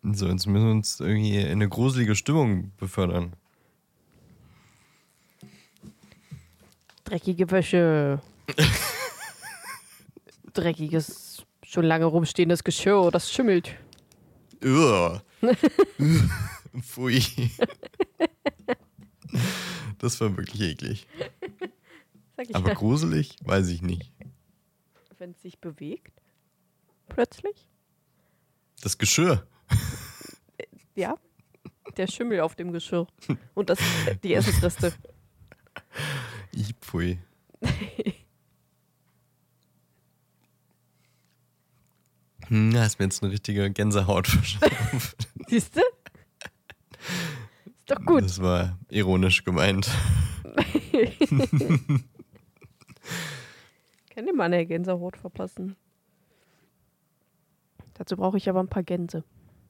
So, jetzt müssen wir uns irgendwie in eine gruselige Stimmung befördern. Dreckige Wäsche. Dreckiges, schon lange rumstehendes Geschirr, das schimmelt. Pfui. Das war wirklich eklig. Sag ich Aber ja. gruselig? Weiß ich nicht. Wenn es sich bewegt, plötzlich? Das Geschirr. Ja, der Schimmel auf dem Geschirr. Und die Essensreste. Pfui. Da ist mir jetzt eine richtige Gänsehaut verschafft. Siehst du? Ist doch gut. Das war ironisch gemeint. Kann dir mal eine Gänsehaut verpassen. Dazu brauche ich aber ein paar Gänse.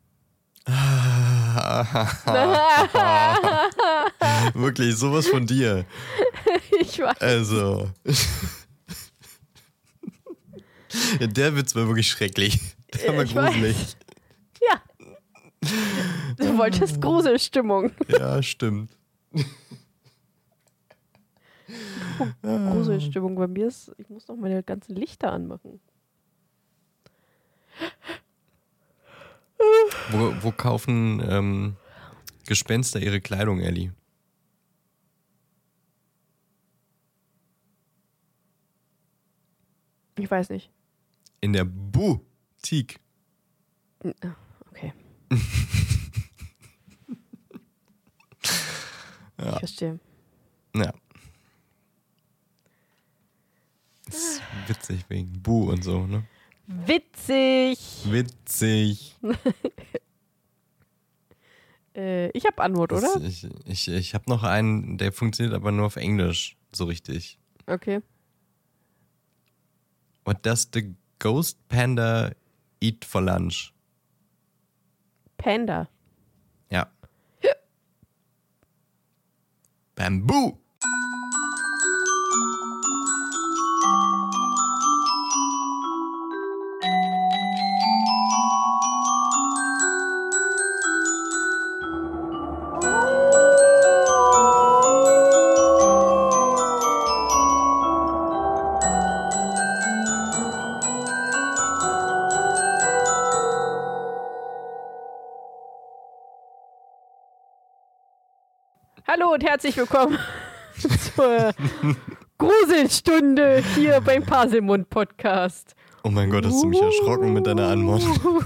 Wirklich, sowas von dir. Ich weiß. Also. Ja, der Witz war wirklich schrecklich. Der war Ich gruselig. weiß. Ja. Du wolltest Gruselstimmung. Ja, stimmt. Gruselstimmung bei mir ist, ich muss noch meine ganzen Lichter anmachen. Wo kaufen Gespenster ihre Kleidung, Ellie? Ich weiß nicht. In der Boutique. Okay. Ja. Ich verstehe. Ja. Ist witzig wegen Bu und so, ne? Witzig. Witzig. Ich habe Antwort, oder? Ich habe noch einen, der funktioniert aber nur auf Englisch, so richtig. Okay. What does the ghost panda eat for lunch? Panda. Ja. Bamboo. Hallo und herzlich willkommen zur Gruselstunde hier beim Paselmund-Podcast. Oh mein Gott, hast du mich erschrocken mit deiner Antwort.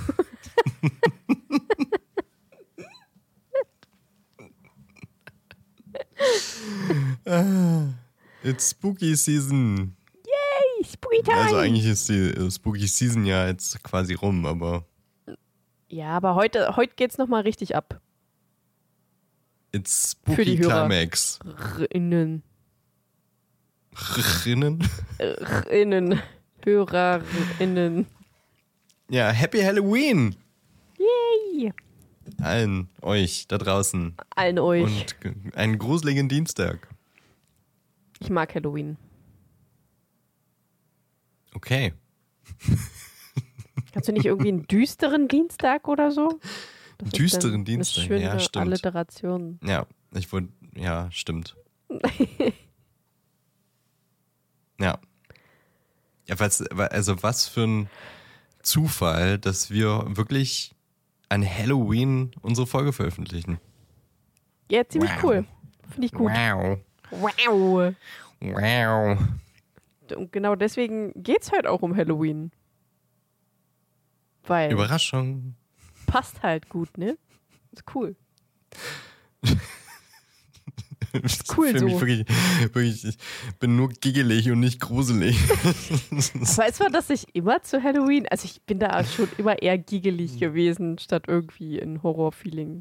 It's Spooky Season. Yay, Spooky Time. Also eigentlich ist die Spooky Season ja jetzt quasi rum, aber Ja, aber heute geht's nochmal richtig ab. it's Für die Spooky Hörer. Climax. Innen. Rinnen? Hörerinnen. Ja, Happy Halloween Yay. allen euch da draußen Allen euch. und einen gruseligen Dienstag. Ich mag Halloween. Okay. Kannst du nicht irgendwie einen düsteren Dienstag oder so? Das ist Düsteren dann Dienstag, eine schöne ja, stimmt. Alliteration. Ja, stimmt. Ja. Ja, was für ein Zufall, dass wir wirklich an Halloween unsere Folge veröffentlichen. Ja, ziemlich Wow. cool. Finde ich gut. Wow. Wow. Wow. Und genau deswegen geht's halt auch um Halloween. Weil Überraschung. passt halt gut, ne? Ist cool. Cool Für mich so. wirklich, ich bin nur giggelig und nicht gruselig. Weißt du, dass ich immer zu Halloween, also ich bin da schon immer eher giggelig gewesen, statt irgendwie in Horror-Feeling.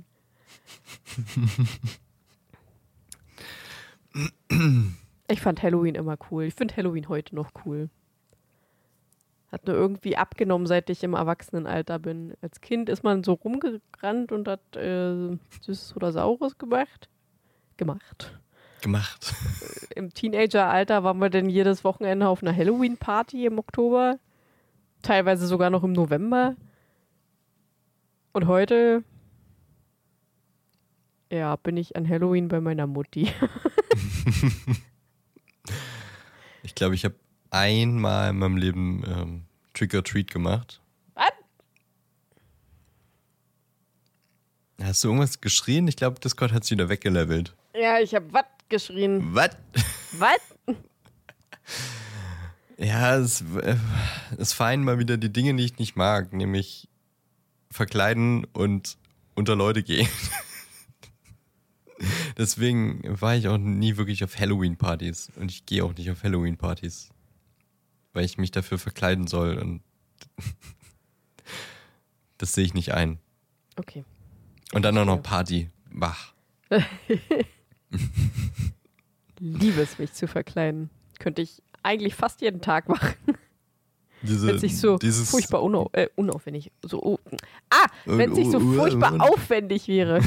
Ich fand Halloween immer cool. Ich finde Halloween heute noch cool. Hat nur irgendwie abgenommen, seit ich im Erwachsenenalter bin. Als Kind ist man so rumgerannt und hat Süßes oder Saures gemacht. Im Teenageralter waren wir dann jedes Wochenende auf einer Halloween-Party im Oktober. Teilweise sogar noch im November. Und heute, ja, bin ich an Halloween bei meiner Mutti. Ich glaube, ich habe einmal in meinem Leben Trick or Treat gemacht. Was? Hast du irgendwas geschrien? Ich glaube, Discord hat es wieder weggelevelt. Ja, ich habe was geschrien. Was? Was? Ja, es fallen mal wieder die Dinge, die ich nicht mag, nämlich verkleiden und unter Leute gehen. Deswegen war ich auch nie wirklich auf Halloween-Partys und ich gehe auch nicht auf Halloween-Partys, weil ich mich dafür verkleiden soll und das sehe ich nicht ein. Okay. Und dann auch noch Party. Bach. Liebe es, mich zu verkleiden. Könnte ich eigentlich fast jeden Tag machen. Wenn es nicht so furchtbar unaufwendig wenn es nicht so furchtbar aufwendig wäre.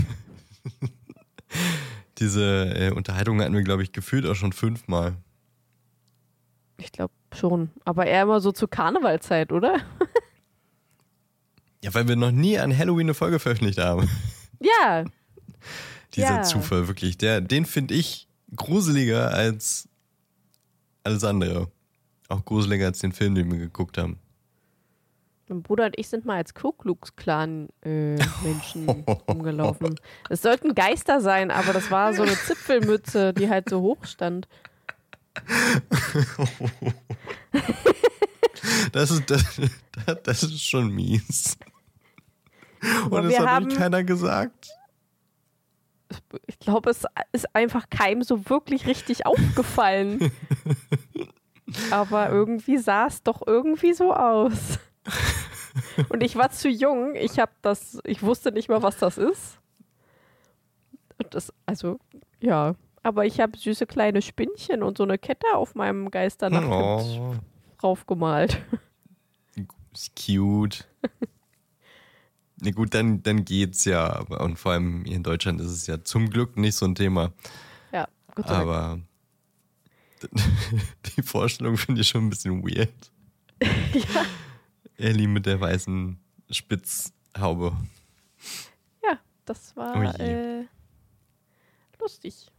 Diese Unterhaltung hatten wir, glaube ich, gefühlt auch schon 5-mal. Ich glaube schon. Aber eher immer so zur Karnevalzeit, oder? Ja, weil wir noch nie an Halloween eine Folge veröffentlicht haben. Ja. Dieser Zufall, wirklich. Den finde ich gruseliger als alles andere. Auch gruseliger als den Film, den wir geguckt haben. Mein Bruder und ich sind mal als Ku Klux Klan Menschen rumgelaufen. Es sollten Geister sein, aber das war so eine Zipfelmütze, die halt so hoch stand. Das ist schon mies. Aber und es hat euch keiner gesagt. Ich glaube, es ist einfach keinem so wirklich richtig aufgefallen. Aber irgendwie sah es doch irgendwie so aus. Und ich war zu jung. Ich wusste nicht mal, was das ist. Ja. Aber ich habe süße kleine Spinnchen und so eine Kette auf meinem Geisternacht draufgemalt. Ist cute. Na gut, dann geht's ja. Und vor allem hier in Deutschland ist es ja zum Glück nicht so ein Thema. Ja, Gott sei Dank. Aber die Vorstellung finde ich schon ein bisschen weird. Ja. Ellie mit der weißen Spitzhaube. Ja, das war lustig.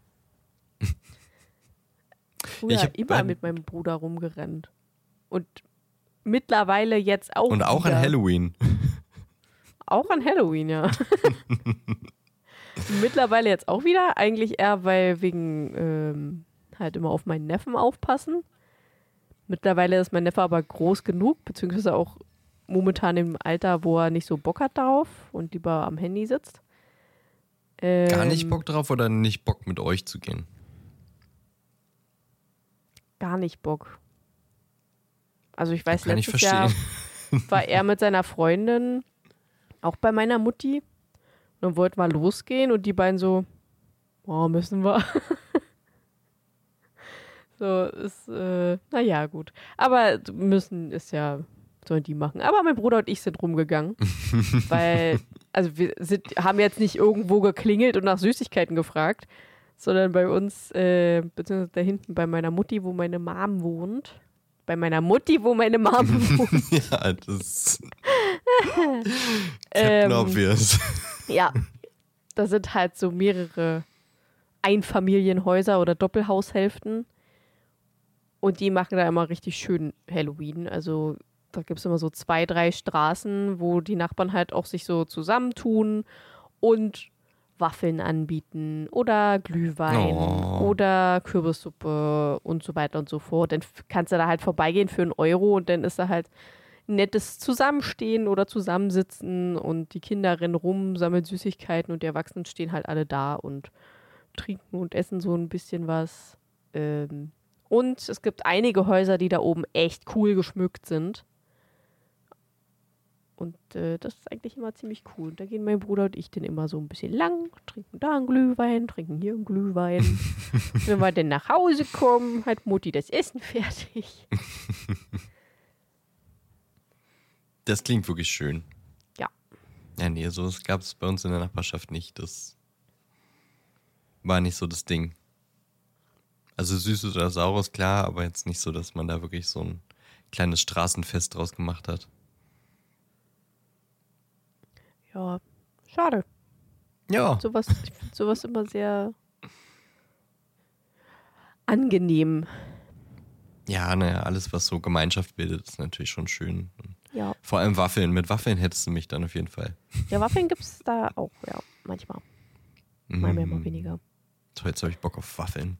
Ich habe immer mit meinem Bruder rumgerannt. Und mittlerweile jetzt auch. Und auch wieder. an Halloween. Auch an Halloween, ja. Mittlerweile jetzt auch wieder. Eigentlich eher, weil wegen halt immer auf meinen Neffen aufpassen. Mittlerweile ist mein Neffe aber groß genug, beziehungsweise auch momentan im Alter, wo er nicht so Bock hat darauf und lieber am Handy sitzt. Gar nicht Bock drauf oder nicht Bock mit euch zu gehen? Gar nicht Bock. Also ich weiß, Kann letztes Jahr war er mit seiner Freundin auch bei meiner Mutti. Und dann wollten wir losgehen und die beiden so, müssen wir. So, ist, naja, gut. Aber müssen ist ja, sollen die machen. Aber mein Bruder und ich sind rumgegangen. Weil, also wir haben jetzt nicht irgendwo geklingelt und nach Süßigkeiten gefragt, sondern bei uns, beziehungsweise da hinten bei meiner Mutti, wo meine Mom wohnt. Bei meiner Mutti, wo meine Mom wohnt. Ja, das ist Captain Obvious. Ja, da sind halt so mehrere Einfamilienhäuser oder Doppelhaushälften. Und die machen da immer richtig schön Halloween. Also da gibt es immer so 2, 3 Straßen, wo die Nachbarn halt auch sich so zusammentun und Waffeln anbieten oder Glühwein oder Kürbissuppe und so weiter und so fort. Dann kannst du da halt vorbeigehen für €1 und dann ist da halt nettes Zusammenstehen oder Zusammensitzen und die Kinder rennen rum, sammeln Süßigkeiten und die Erwachsenen stehen halt alle da und trinken und essen so ein bisschen was. Und es gibt einige Häuser, die da oben echt cool geschmückt sind. Und das ist eigentlich immer ziemlich cool. Da gehen mein Bruder und ich dann immer so ein bisschen lang, trinken da einen Glühwein, trinken hier einen Glühwein. Wenn wir dann nach Hause kommen, hat Mutti das Essen fertig. Das klingt wirklich schön. Ja. Ja, nee, so gab es bei uns in der Nachbarschaft nicht. Das war nicht so das Ding. Also Süßes oder Saures, klar, aber jetzt nicht so, dass man da wirklich so ein kleines Straßenfest draus gemacht hat. Ja, Schade. Ja. Ich finde sowas immer sehr angenehm. Ja, naja, alles, was so Gemeinschaft bildet, ist natürlich schon schön. Ja. Vor allem Waffeln. Mit Waffeln hättest du mich dann auf jeden Fall. Ja, Waffeln gibt es da auch, ja, manchmal. Mal mehr, mal weniger. So, jetzt habe ich Bock auf Waffeln.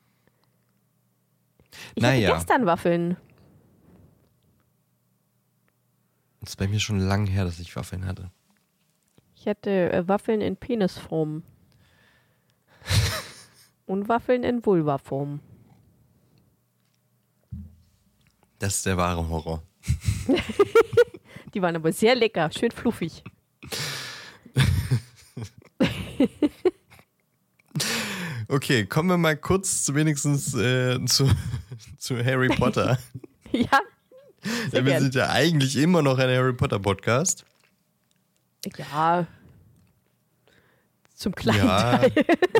Ich hatte gestern Waffeln. Das ist bei mir schon lange her, dass ich Waffeln hatte. Ich hatte Waffeln in Penisform. Und Waffeln in Vulvaform. Das ist der wahre Horror. Die waren aber sehr lecker, schön fluffig. Okay, kommen wir mal kurz wenigstens zu Harry Potter. Ja, Ja, wir sind ja eigentlich immer noch ein Harry Potter Podcast. Ja, zum kleinen Teil.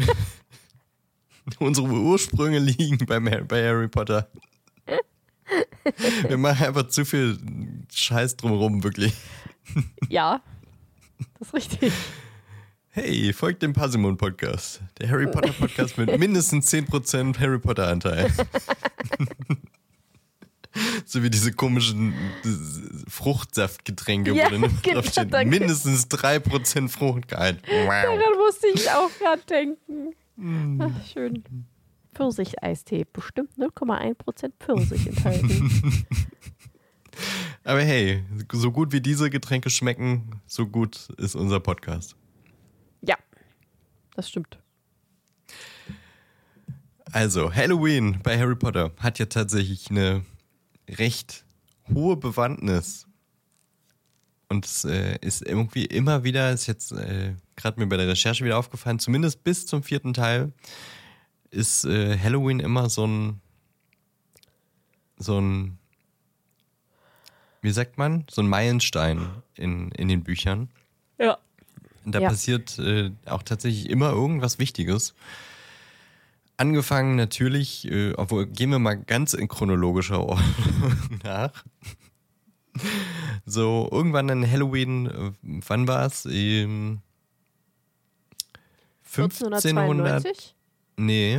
Unsere Ursprünge liegen bei Harry Potter. Wir machen einfach zu viel Scheiß drumherum, wirklich. Ja, das ist richtig. Hey, folgt dem Parsimon-Podcast. Der Harry Potter-Podcast mit mindestens 10% Harry Potter-Anteil. So wie diese komischen Fruchtsaftgetränke, Ja, wo dann genau, drauf steht, danke. mindestens 3% Fruchtgehalt. Daran musste ich auch gerade denken. Ach, schön. Pfirsich-Eistee. Bestimmt 0,1% Pfirsich enthalten. Aber hey, so gut wie diese Getränke schmecken, so gut ist unser Podcast. Ja, das stimmt. Also, Halloween bei Harry Potter hat ja tatsächlich eine recht hohe Bewandtnis. Und es ist irgendwie immer wieder, ist jetzt gerade mir bei der Recherche wieder aufgefallen, zumindest bis zum 4. Teil, ist Halloween immer so ein, wie sagt man, so ein Meilenstein in den Büchern. Ja. Und da Ja. passiert auch tatsächlich immer irgendwas Wichtiges. Angefangen natürlich, obwohl gehen wir mal ganz in chronologischer Ordnung nach. So, irgendwann an Halloween, wann war es? 1492? Nee,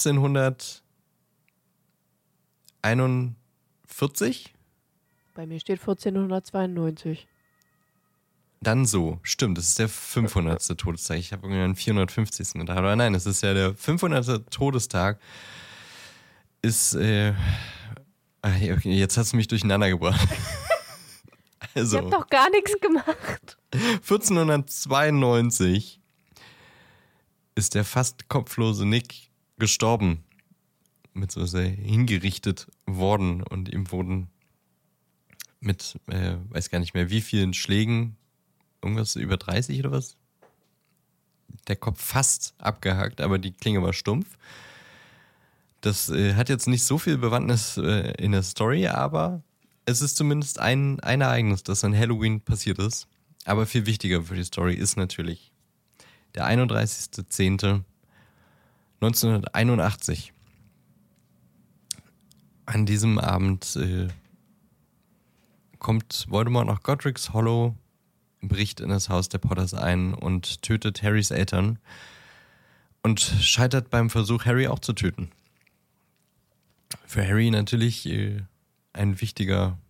1541? Bei mir steht 1492. Dann so, stimmt, das ist der 500. Todestag. Ich habe irgendwie an den 450. gedacht. Aber nein, es ist ja der 500. Todestag. Ist, okay, jetzt hast du mich durcheinander gebracht. Ich Also, hab doch gar nichts gemacht. 1492 ist der fast kopflose Nick gestorben. Beziehungsweise hingerichtet worden. Und ihm wurden mit, weiß gar nicht mehr wie vielen Schlägen, irgendwas über 30 oder was? Der Kopf fast abgehackt, aber die Klinge war stumpf. Das hat jetzt nicht so viel Bewandtnis in der Story, aber es ist zumindest ein Ereignis, das an Halloween passiert ist. Aber viel wichtiger für die Story ist natürlich der 31.10.1981. An diesem Abend kommt Voldemort nach Godric's Hollow, bricht in das Haus der Potters ein und tötet Harrys Eltern und scheitert beim Versuch, Harry auch zu töten. Für Harry natürlich ein wichtiger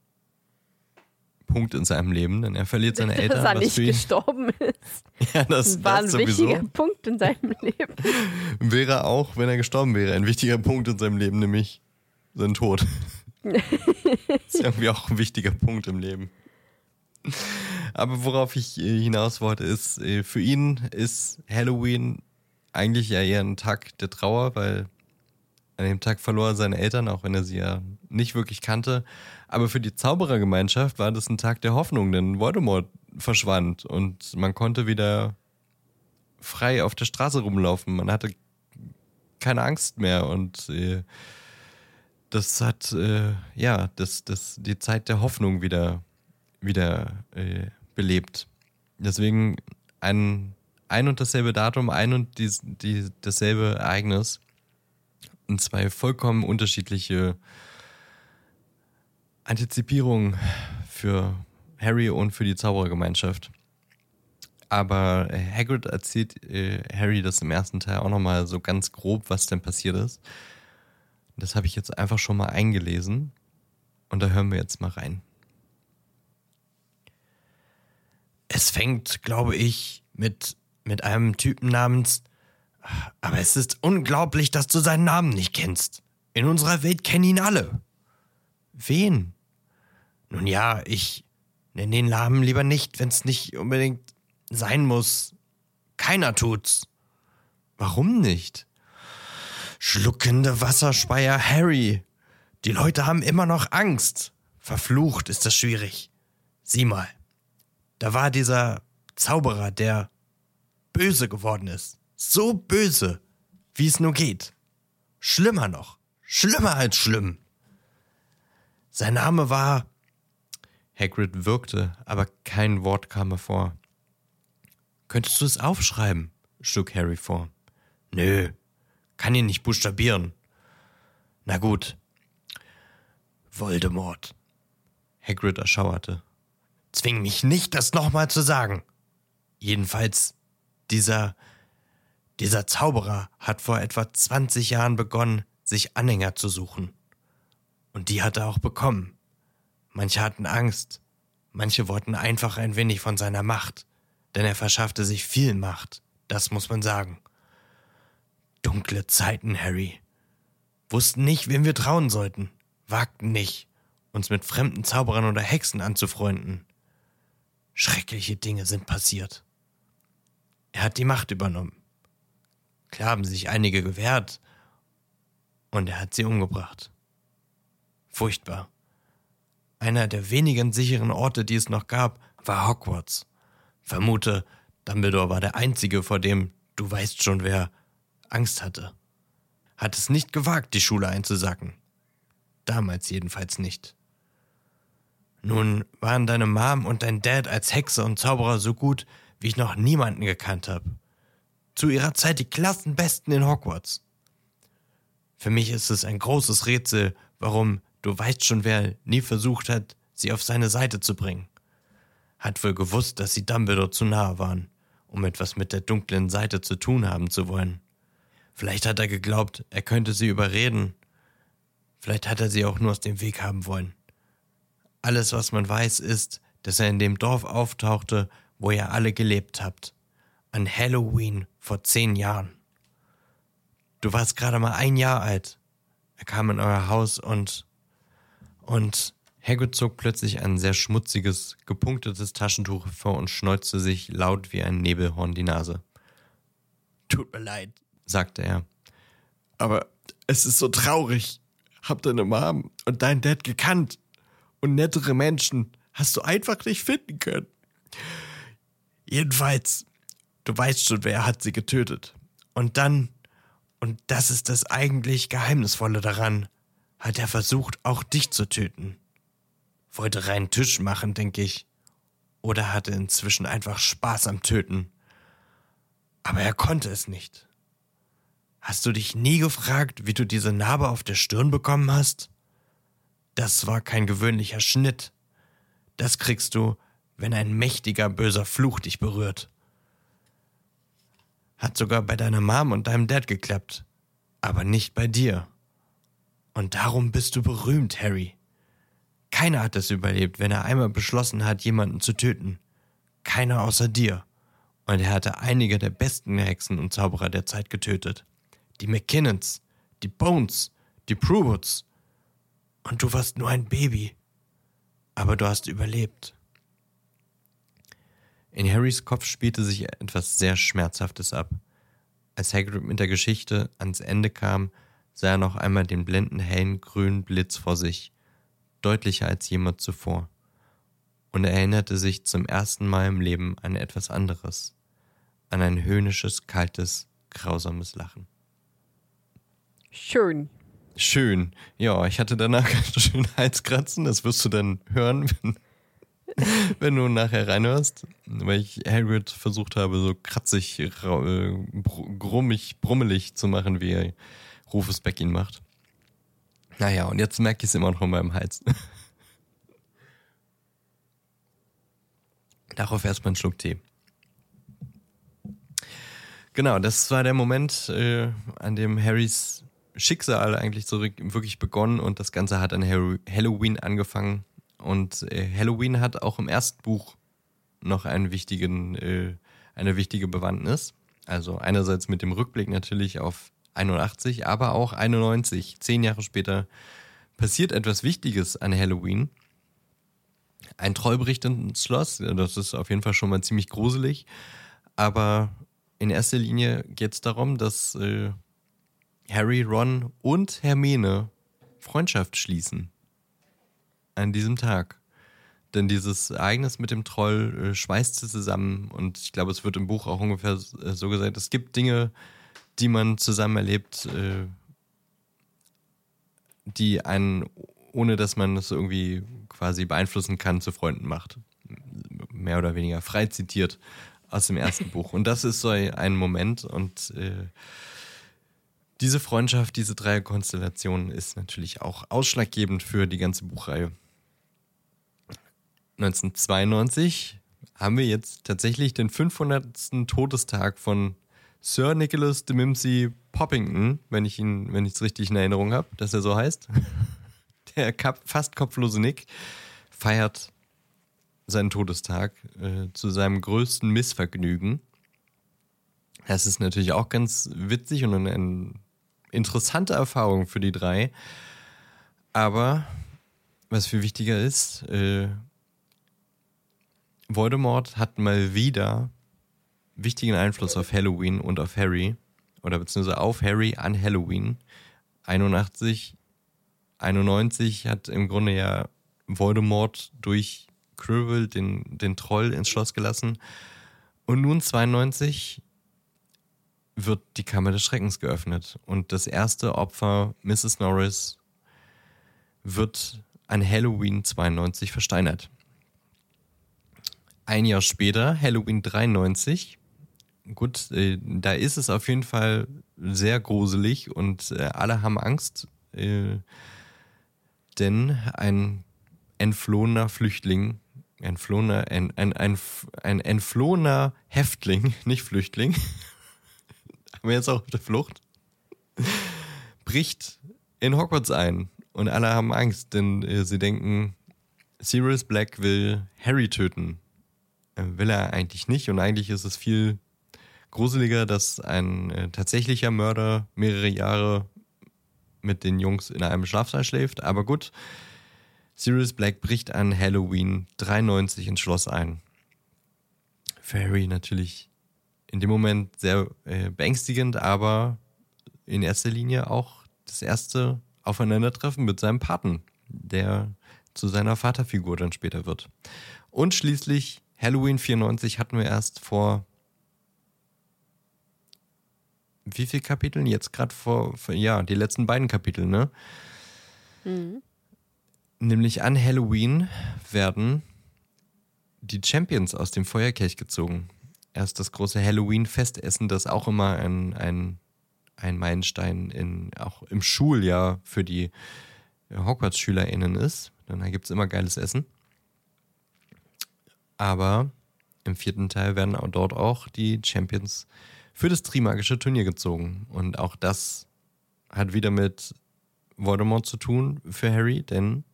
Punkt in seinem Leben, denn er verliert seine Eltern. Dass er was nicht für ihn, gestorben ist. ja, das War ein sowieso. wichtiger Punkt in seinem Leben. Wäre auch, wenn er gestorben wäre, ein wichtiger Punkt in seinem Leben, nämlich sein Tod. Ist irgendwie auch ein wichtiger Punkt im Leben. Aber worauf ich hinaus wollte, ist, für ihn ist Halloween eigentlich ja eher ein Tag der Trauer, weil an dem Tag verlor er seine Eltern, auch wenn er sie ja nicht wirklich kannte. Aber für die Zauberergemeinschaft war das ein Tag der Hoffnung, denn Voldemort verschwand und man konnte wieder frei auf der Straße rumlaufen. Man hatte keine Angst mehr und das hat die Zeit der Hoffnung wieder belebt. Deswegen ein und dasselbe Datum, ein und dasselbe Ereignis und zwei vollkommen unterschiedliche Antizipierungen für Harry und für die Zauberergemeinschaft. Aber Hagrid erzählt Harry das im ersten Teil auch nochmal so ganz grob, was denn passiert ist. Das habe ich jetzt einfach schon mal eingelesen. Und da hören wir jetzt mal rein. Es fängt, glaube ich, mit einem Typen namens... Aber es ist unglaublich, dass du seinen Namen nicht kennst. In unserer Welt kennen ihn alle. Wen? Nun ja, ich nenne den Namen lieber nicht, wenn es nicht unbedingt sein muss. Keiner tut's. Warum nicht? Schluckende Wasserspeier Harry. Die Leute haben immer noch Angst. Verflucht ist das schwierig. Sieh mal, da war dieser Zauberer, der böse geworden ist. So böse, wie es nur geht. Schlimmer noch. Schlimmer als schlimm. Sein Name war... Hagrid wirkte, aber kein Wort kam hervor. Könntest du es aufschreiben? Schlug Harry vor. Nö, kann ihn nicht buchstabieren. Na gut. Voldemort. Hagrid erschauerte. Zwing mich nicht, das nochmal zu sagen. Jedenfalls, dieser Zauberer hat vor etwa 20 Jahren begonnen, sich Anhänger zu suchen. Und die hat er auch bekommen. Manche hatten Angst, manche wollten einfach ein wenig von seiner Macht, denn er verschaffte sich viel Macht, das muss man sagen. Dunkle Zeiten, Harry. Wussten nicht, wem wir trauen sollten, wagten nicht, uns mit fremden Zauberern oder Hexen anzufreunden. Schreckliche Dinge sind passiert. Er hat die Macht übernommen. Klar haben sich einige gewehrt und er hat sie umgebracht. Furchtbar. Einer der wenigen sicheren Orte, die es noch gab, war Hogwarts. Vermute, Dumbledore war der Einzige, vor dem, du weißt schon wer, Angst hatte. Hat es nicht gewagt, die Schule einzusacken. Damals jedenfalls nicht. Nun waren deine Mom und dein Dad als Hexe und Zauberer so gut, wie ich noch niemanden gekannt habe. Zu ihrer Zeit die Klassenbesten in Hogwarts. Für mich ist es ein großes Rätsel, warum, du weißt schon wer, nie versucht hat, sie auf seine Seite zu bringen. Hat wohl gewusst, dass sie Dumbledore zu nahe waren, um etwas mit der dunklen Seite zu tun haben zu wollen. Vielleicht hat er geglaubt, er könnte sie überreden. Vielleicht hat er sie auch nur aus dem Weg haben wollen. Alles, was man weiß, ist, dass er in dem Dorf auftauchte, wo ihr alle gelebt habt. An Halloween vor 10 Jahren. Du warst gerade mal 1 Jahr alt. Er kam in euer Haus und Hagrid zog plötzlich ein sehr schmutziges, gepunktetes Taschentuch vor und schneuzte sich laut wie ein Nebelhorn die Nase. Tut mir leid, sagte er. Aber es ist so traurig. Hab deine Mom und deinen Dad gekannt. Und nettere Menschen hast du einfach nicht finden können. Jedenfalls, du weißt schon, wer hat sie getötet. Und dann, und das ist das eigentlich Geheimnisvolle daran, hat er versucht, auch dich zu töten. Wollte reinen Tisch machen, denke ich. Oder hatte inzwischen einfach Spaß am Töten. Aber er konnte es nicht. Hast du dich nie gefragt, wie du diese Narbe auf der Stirn bekommen hast? Das war kein gewöhnlicher Schnitt. Das kriegst du, wenn ein mächtiger, böser Fluch dich berührt. Hat sogar bei deiner Mom und deinem Dad geklappt, aber nicht bei dir. Und darum bist du berühmt, Harry. Keiner hat es überlebt, wenn er einmal beschlossen hat, jemanden zu töten. Keiner außer dir. Und er hatte einige der besten Hexen und Zauberer der Zeit getötet. Die McKinnons, die Bones, die Prewoods. Und du warst nur ein Baby. Aber du hast überlebt. In Harrys Kopf spielte sich etwas sehr Schmerzhaftes ab. Als Hagrid mit der Geschichte ans Ende kam, sah er noch einmal den blendend hellen grünen Blitz vor sich, deutlicher als jemals zuvor. Und er erinnerte sich zum ersten Mal im Leben an etwas anderes, an ein höhnisches, kaltes, grausames Lachen. Schön. Schön. Ja, ich hatte danach ganz schön Halskratzen. Das wirst du dann hören, wenn du nachher reinhörst. Weil ich Hagrid versucht habe, so kratzig, grummig, brummelig zu machen, wie Rufus Beck ihn macht. Naja, und jetzt merke ich es immer noch in meinem Hals. Darauf erstmal einen Schluck Tee. Genau, das war der Moment, an dem Harrys Schicksal eigentlich so wirklich begonnen und das Ganze hat an Halloween angefangen. Und Halloween hat auch im ersten Buch noch eine wichtige Bewandtnis. Also einerseits mit dem Rückblick natürlich auf 81, aber auch 91, 10 Jahre später, passiert etwas Wichtiges an Halloween. Ein Troll bricht ins Schloss, das ist auf jeden Fall schon mal ziemlich gruselig, aber in erster Linie geht es darum, dass Harry, Ron und Hermine Freundschaft schließen an diesem Tag. Denn dieses Ereignis mit dem Troll schweißt sie zusammen und ich glaube, es wird im Buch auch ungefähr so gesagt, es gibt Dinge, die man zusammen erlebt, die einen, ohne dass man es irgendwie quasi beeinflussen kann, zu Freunden macht. Mehr oder weniger frei zitiert aus dem ersten Buch. Und das ist so ein Moment und diese Freundschaft, diese Dreierkonstellation ist natürlich auch ausschlaggebend für die ganze Buchreihe. 1992 haben wir jetzt tatsächlich den 500. Todestag von Sir Nicholas de Mimsy Poppington, wenn ich es richtig in Erinnerung habe, dass er so heißt. Der fast kopflose Nick feiert seinen Todestag zu seinem größten Missvergnügen. Das ist natürlich auch ganz witzig und eine interessante Erfahrung für die drei. Aber was viel wichtiger ist, Voldemort hat mal wieder wichtigen Einfluss auf Halloween und auf Harry, oder beziehungsweise auf Harry an Halloween. 91 hat im Grunde ja Voldemort durch Quirrell den Troll ins Schloss gelassen. Und nun 92 wird die Kammer des Schreckens geöffnet. Und das erste Opfer, Mrs. Norris, wird an Halloween 92 versteinert. Ein Jahr später, Halloween 93, gut, da ist es auf jeden Fall sehr gruselig und alle haben Angst, denn ein entflohener Flüchtling, ein entflohener Häftling, nicht Flüchtling, aber jetzt auch auf der Flucht, bricht in Hogwarts ein und alle haben Angst, denn sie denken, Sirius Black will Harry töten. Will er eigentlich nicht und eigentlich ist es viel gruseliger, dass ein tatsächlicher Mörder mehrere Jahre mit den Jungs in einem Schlafsaal schläft. Aber gut, Sirius Black bricht an Halloween 93 ins Schloss ein. Für Harry natürlich in dem Moment sehr beängstigend, aber in erster Linie auch das erste Aufeinandertreffen mit seinem Paten, der zu seiner Vaterfigur dann später wird. Und schließlich Halloween 94 hatten wir erst vor wie viele Kapiteln? Jetzt gerade die letzten beiden Kapitel, ne? Mhm. Nämlich an Halloween werden die Champions aus dem Feuerkelch gezogen. Erst das große Halloween-Festessen, das auch immer ein Meilenstein auch im Schuljahr für die Hogwarts-SchülerInnen ist. Dann gibt es immer geiles Essen. Aber im 4. Teil werden dort auch die Champions für das Trimagische Turnier gezogen. Und auch das hat wieder mit Voldemort zu tun für Harry, denn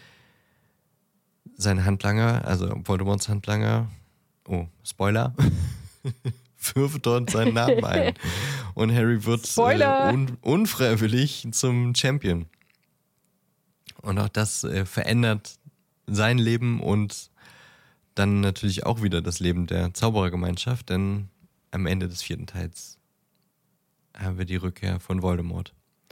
sein Handlanger, also Voldemorts Handlanger, Spoiler, wirft dort seinen Namen ein. Und Harry wird unfreiwillig zum Champion. Und auch das verändert sein Leben und dann natürlich auch wieder das Leben der Zauberergemeinschaft, denn am Ende des 4. Teils haben wir die Rückkehr von Voldemort.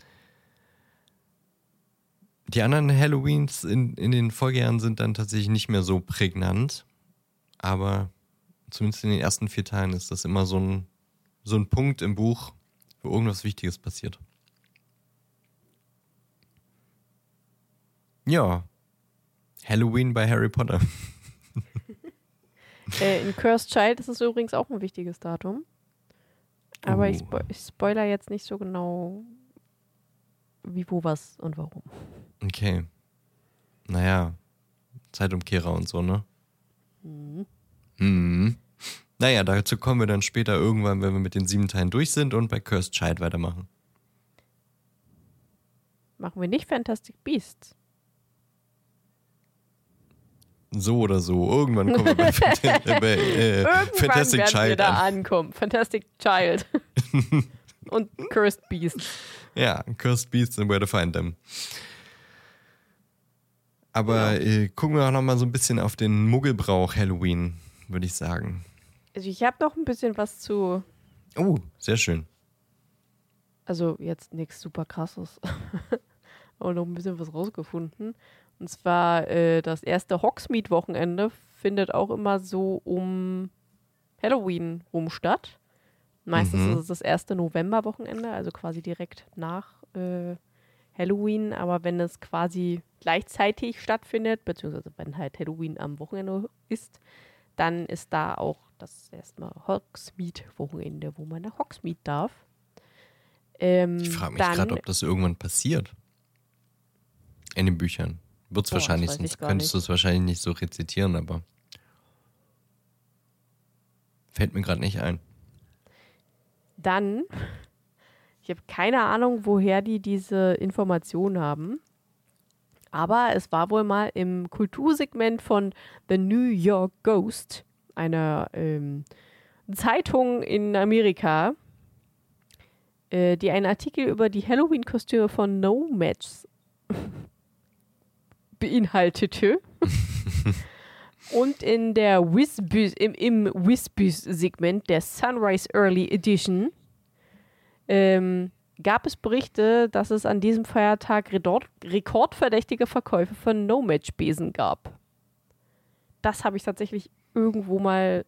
Die anderen Halloweens in den Folgejahren sind dann tatsächlich nicht mehr so prägnant, aber zumindest in den ersten 4 Teilen ist das immer so ein Punkt im Buch, wo irgendwas Wichtiges passiert. Ja, Halloween bei Harry Potter. In Cursed Child ist es übrigens auch ein wichtiges Datum. Aber ich spoiler jetzt nicht so genau, wie, wo, was und warum. Okay. Naja, Zeitumkehrer und so, ne? Mhm. Mhm. Naja, dazu kommen wir dann später irgendwann, wenn wir mit den 7 Teilen durch sind und bei Cursed Child weitermachen. Machen wir nicht Fantastic Beasts. So oder so. Irgendwann kommen wir bei Fantastic Child wir da ankommen. Fantastic Child. Und Cursed Beasts. Ja, Cursed Beasts and Where to Find Them. Aber gucken wir auch noch mal so ein bisschen auf den Muggelbrauch Halloween, würde ich sagen. Also ich habe noch ein bisschen was zu... Oh, sehr schön. Also jetzt nichts super krasses. Aber noch ein bisschen was rausgefunden. Und zwar das erste Hogsmeade-Wochenende findet auch immer so um Halloween rum statt. Meistens ist es das erste November-Wochenende, also quasi direkt nach Halloween. Aber wenn es quasi gleichzeitig stattfindet, beziehungsweise wenn halt Halloween am Wochenende ist, dann ist da auch das erstmal Hogsmeade-Wochenende, wo man nach Hogsmeade darf. Ich frage mich gerade, ob das irgendwann passiert. In den Büchern. Wird's wahrscheinlich, sonst könntest du es wahrscheinlich nicht so rezitieren, aber fällt mir gerade nicht ein. Dann, ich habe keine Ahnung, woher die diese Information haben, aber es war wohl mal im Kultursegment von The New York Ghost, einer Zeitung in Amerika, die einen Artikel über die Halloween-Kostüme von Nomads beinhaltete. Und in der im Whizbys-Segment der Sunrise Early Edition gab es Berichte, dass es an diesem Feiertag rekordverdächtige Verkäufe von No-Match-Besen gab. Das habe ich tatsächlich irgendwo mal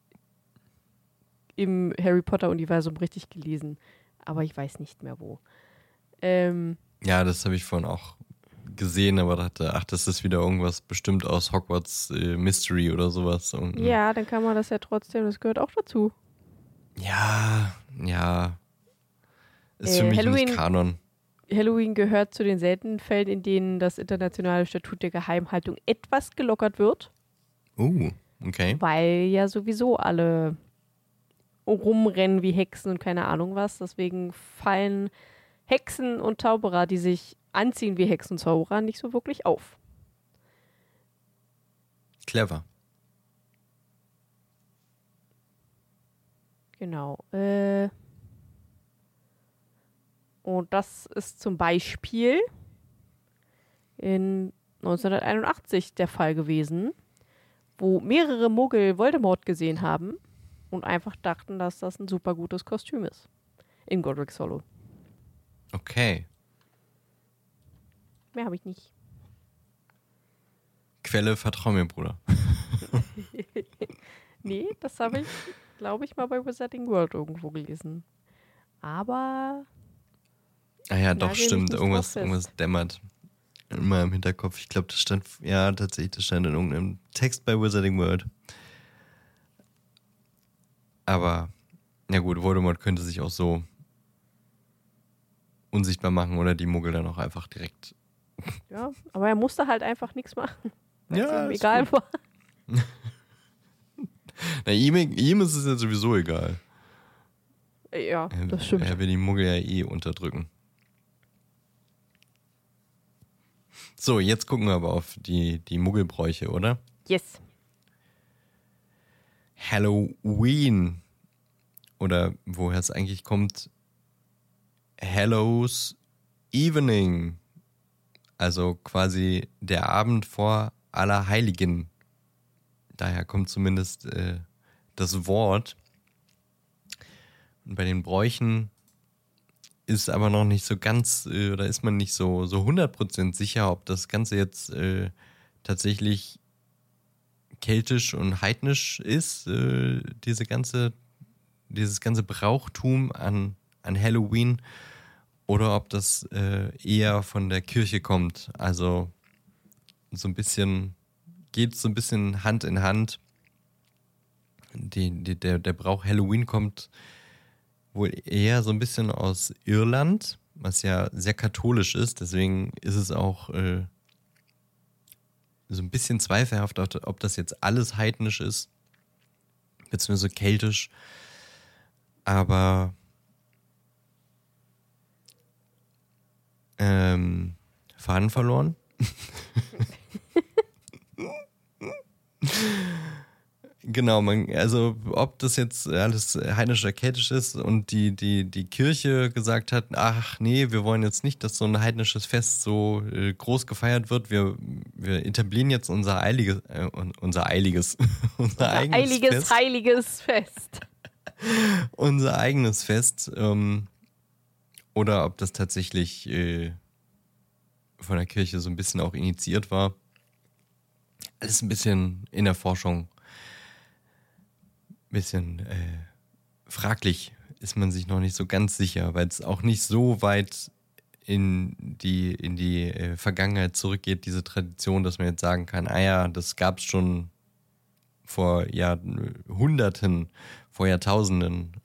im Harry Potter-Universum richtig gelesen. Aber ich weiß nicht mehr wo. Ja, das habe ich vorhin auch gesehen, aber dachte, das ist wieder irgendwas bestimmt aus Hogwarts Mystery oder sowas. Ja, dann kann man das ja trotzdem, das gehört auch dazu. Ja. Ist für mich nicht Kanon. Halloween gehört zu den seltenen Fällen, in denen das internationale Statut der Geheimhaltung etwas gelockert wird. Okay. Weil ja sowieso alle rumrennen wie Hexen und keine Ahnung was. Deswegen fallen Hexen und Zauberer, die sich anziehen wie Hexen und Zauberer, nicht so wirklich auf. Clever. Genau. Und das ist zum Beispiel in 1981 der Fall gewesen, wo mehrere Muggel Voldemort gesehen haben und einfach dachten, dass das ein super gutes Kostüm ist. In Godric's Hollow. Okay. Mehr habe ich nicht. Quelle, vertrau mir, Bruder. Nee, das habe ich, glaube ich, mal bei Wizarding World irgendwo gelesen. Aber... Ah ja, doch, stimmt. Irgendwas dämmert in meinem Hinterkopf. Ich glaube, das stand in irgendeinem Text bei Wizarding World. Aber, na gut, Voldemort könnte sich auch so unsichtbar machen oder die Muggel dann auch einfach direkt. Ja, aber er musste halt einfach nichts machen. Ja, ihm egal war. Na, ihm ist es ja sowieso egal. Ja, das stimmt. Er will die Muggel ja eh unterdrücken. So, jetzt gucken wir aber auf die Muggelbräuche, oder? Yes. Halloween. Oder woher es eigentlich kommt, Hallows Evening. Also quasi der Abend vor Allerheiligen. Daher kommt zumindest das Wort. Und bei den Bräuchen ist aber noch nicht so ganz, oder ist man nicht so 100% sicher, ob das Ganze jetzt tatsächlich keltisch und heidnisch ist, dieses ganze Brauchtum an Halloween, oder ob das eher von der Kirche kommt. Also geht so ein bisschen Hand in Hand. Der Brauch Halloween kommt wohl eher so ein bisschen aus Irland, was ja sehr katholisch ist. Deswegen ist es auch so ein bisschen zweifelhaft, ob das jetzt alles heidnisch ist, beziehungsweise keltisch. Aber Faden verloren. Genau, also ob das jetzt alles heidnisch oder keltisch ist und die Kirche gesagt hat, ach nee, wir wollen jetzt nicht, dass so ein heidnisches Fest so groß gefeiert wird. Wir etablieren jetzt unser eigenes heiliges Fest. Unser eigenes Fest. Oder ob das tatsächlich von der Kirche so ein bisschen auch initiiert war. Alles ein bisschen in der Forschung. Bisschen fraglich, ist man sich noch nicht so ganz sicher, weil es auch nicht so weit in die Vergangenheit zurückgeht, diese Tradition, dass man jetzt sagen kann, das gab es schon vor Jahrhunderten, vor Jahrtausenden,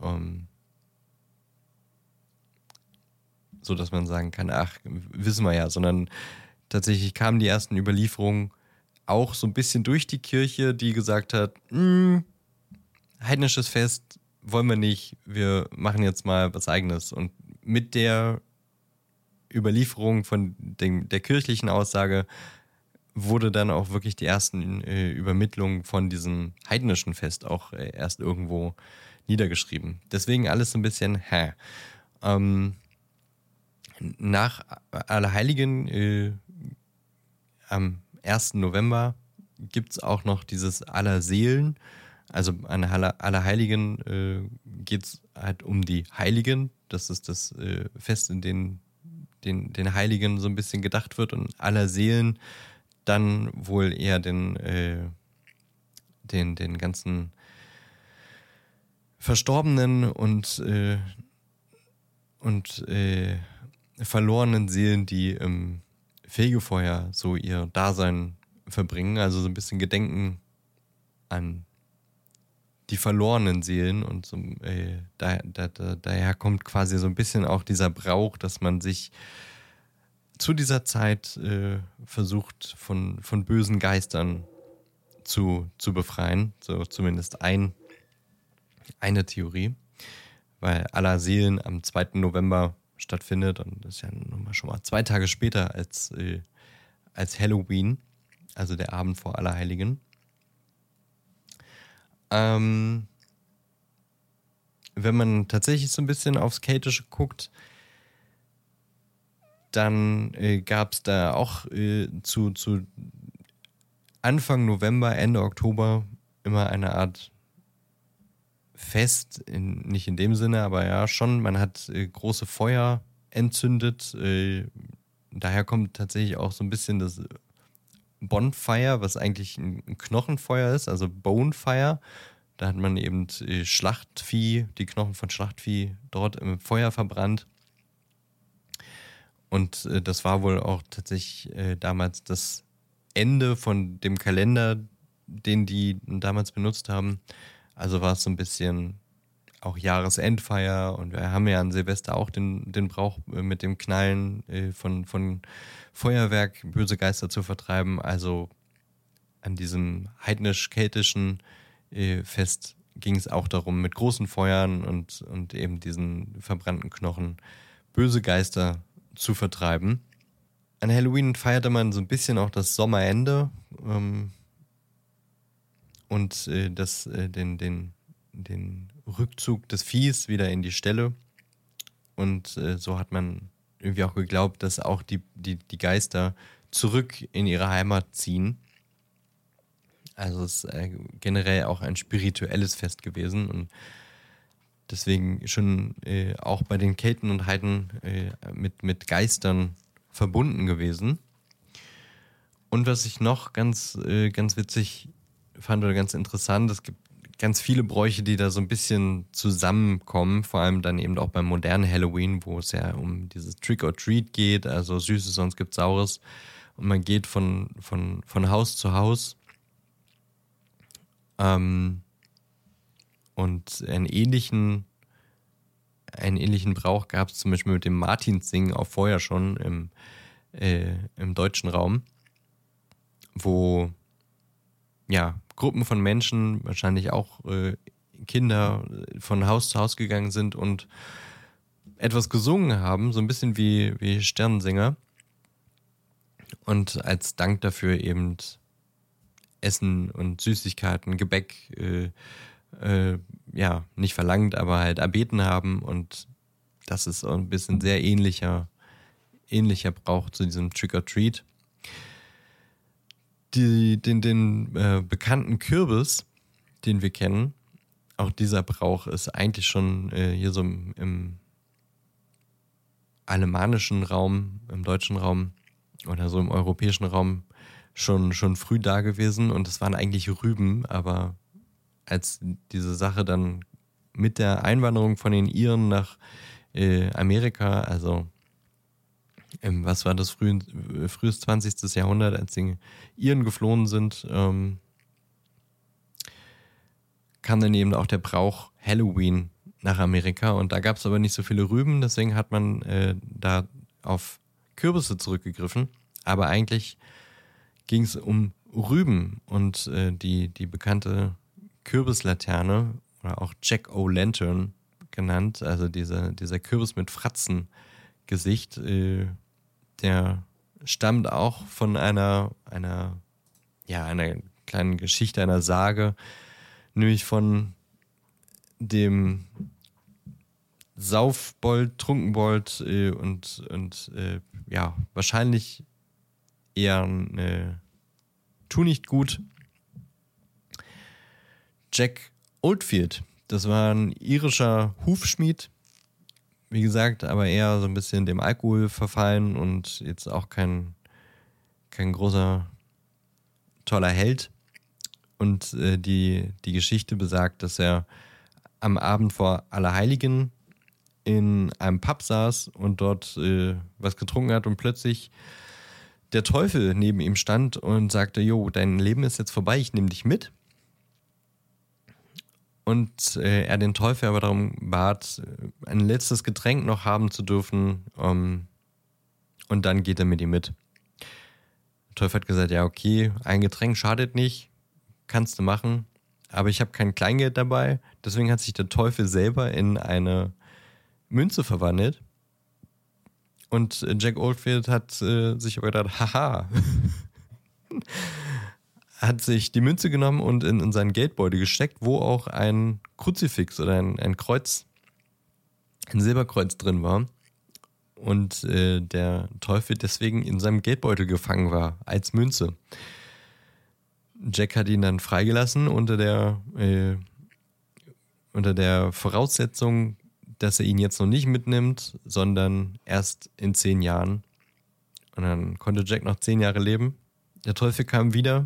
so dass man sagen kann, wissen wir ja, sondern tatsächlich kamen die ersten Überlieferungen auch so ein bisschen durch die Kirche, die gesagt hat, heidnisches Fest wollen wir nicht, wir machen jetzt mal was Eigenes. Und mit der Überlieferung von der kirchlichen Aussage wurde dann auch wirklich die ersten Übermittlungen von diesem heidnischen Fest auch erst irgendwo niedergeschrieben. Deswegen alles so ein bisschen nach Allerheiligen am 1. November gibt es auch noch dieses Allerseelen. Also an Allerheiligen geht es halt um die Heiligen. Das ist das Fest, in dem den Heiligen so ein bisschen gedacht wird. Und Allerseelen dann wohl eher den ganzen Verstorbenen und verlorenen Seelen, die im Fegefeuer so ihr Dasein verbringen. Also so ein bisschen Gedenken an die verlorenen Seelen und so, daher kommt quasi so ein bisschen auch dieser Brauch, dass man sich zu dieser Zeit versucht, von bösen Geistern zu befreien. So zumindest eine Theorie, weil Allerseelen am 2. November stattfindet und das ist ja schon mal 2 Tage später als Halloween, also der Abend vor Allerheiligen. Wenn man tatsächlich so ein bisschen aufs Keltische guckt, dann gab es da auch zu Anfang November, Ende Oktober immer eine Art Fest, nicht in dem Sinne, aber ja schon, man hat große Feuer entzündet, daher kommt tatsächlich auch so ein bisschen das Bonfire, was eigentlich ein Knochenfeuer ist, also Bonefire. Da hat man eben Schlachtvieh, die Knochen von Schlachtvieh dort im Feuer verbrannt. Und das war wohl auch tatsächlich damals das Ende von dem Kalender, den die damals benutzt haben. Also war es so ein bisschen auch Jahresendfeier und wir haben ja an Silvester auch den Brauch mit dem Knallen von Feuerwerk, böse Geister zu vertreiben. Also an diesem heidnisch-keltischen Fest ging es auch darum, mit großen Feuern und eben diesen verbrannten Knochen böse Geister zu vertreiben. An Halloween feierte man so ein bisschen auch das Sommerende und den Rückzug des Viehs wieder in die Ställe. Und so hat man irgendwie auch geglaubt, dass auch die Geister zurück in ihre Heimat ziehen. Also es ist generell auch ein spirituelles Fest gewesen und deswegen schon auch bei den Kelten und Heiden mit Geistern verbunden gewesen. Und was ich noch ganz witzig fand oder ganz interessant, es gibt ganz viele Bräuche, die da so ein bisschen zusammenkommen, vor allem dann eben auch beim modernen Halloween, wo es ja um dieses Trick or Treat geht, also Süßes, sonst gibt's Saures. Und man geht von Haus zu Haus. Und einen ähnlichen Brauch gab es zum Beispiel mit dem Martinssingen auch vorher schon im deutschen Raum, wo ja Gruppen von Menschen, wahrscheinlich auch Kinder von Haus zu Haus gegangen sind und etwas gesungen haben, so ein bisschen wie Sternensänger. Und als Dank dafür eben Essen und Süßigkeiten, Gebäck, nicht verlangt, aber halt erbeten haben. Und das ist so ein bisschen sehr ähnlicher Brauch zu diesem Trick-or-Treat. Den bekannten Kürbis, den wir kennen, auch dieser Brauch ist eigentlich schon hier so im alemannischen Raum, im deutschen Raum oder so im europäischen Raum schon früh da gewesen, und es waren eigentlich Rüben, aber als diese Sache dann mit der Einwanderung von den Iren nach Amerika, also was war das, frühes 20. Jahrhundert, als die Iren geflohen sind, kam dann eben auch der Brauch Halloween nach Amerika, und da gab es aber nicht so viele Rüben, deswegen hat man da auf Kürbisse zurückgegriffen, aber eigentlich ging es um Rüben, und die bekannte Kürbislaterne oder auch Jack-O-Lantern genannt, also dieser Kürbis mit Fratzengesicht, der stammt auch von einer kleinen Geschichte, einer Sage, nämlich von dem Saufbold, Trunkenbold und wahrscheinlich eher ein Tu nicht gut Jack Oldfield. Das war ein irischer Hufschmied, wie gesagt, aber eher so ein bisschen dem Alkohol verfallen und jetzt auch kein großer, toller Held. Und die Geschichte besagt, dass er am Abend vor Allerheiligen in einem Pub saß und dort was getrunken hat und plötzlich der Teufel neben ihm stand und sagte, jo, dein Leben ist jetzt vorbei, ich nehme dich mit. Und er den Teufel aber darum bat, ein letztes Getränk noch haben zu dürfen, und dann geht er mit ihm mit. Der Teufel hat gesagt, ja okay, ein Getränk schadet nicht, kannst du machen, aber ich habe kein Kleingeld dabei, deswegen hat sich der Teufel selber in eine Münze verwandelt. Und Jack Oldfield hat sich aber gedacht, haha, hat sich die Münze genommen und in seinen Geldbeutel gesteckt, wo auch ein Kruzifix oder ein Kreuz, ein Silberkreuz drin war. Und der Teufel deswegen in seinem Geldbeutel gefangen war, als Münze. Jack hat ihn dann freigelassen unter der Voraussetzung, dass er ihn jetzt noch nicht mitnimmt, sondern erst in 10 Jahren. Und dann konnte Jack noch 10 Jahre leben. Der Teufel kam wieder.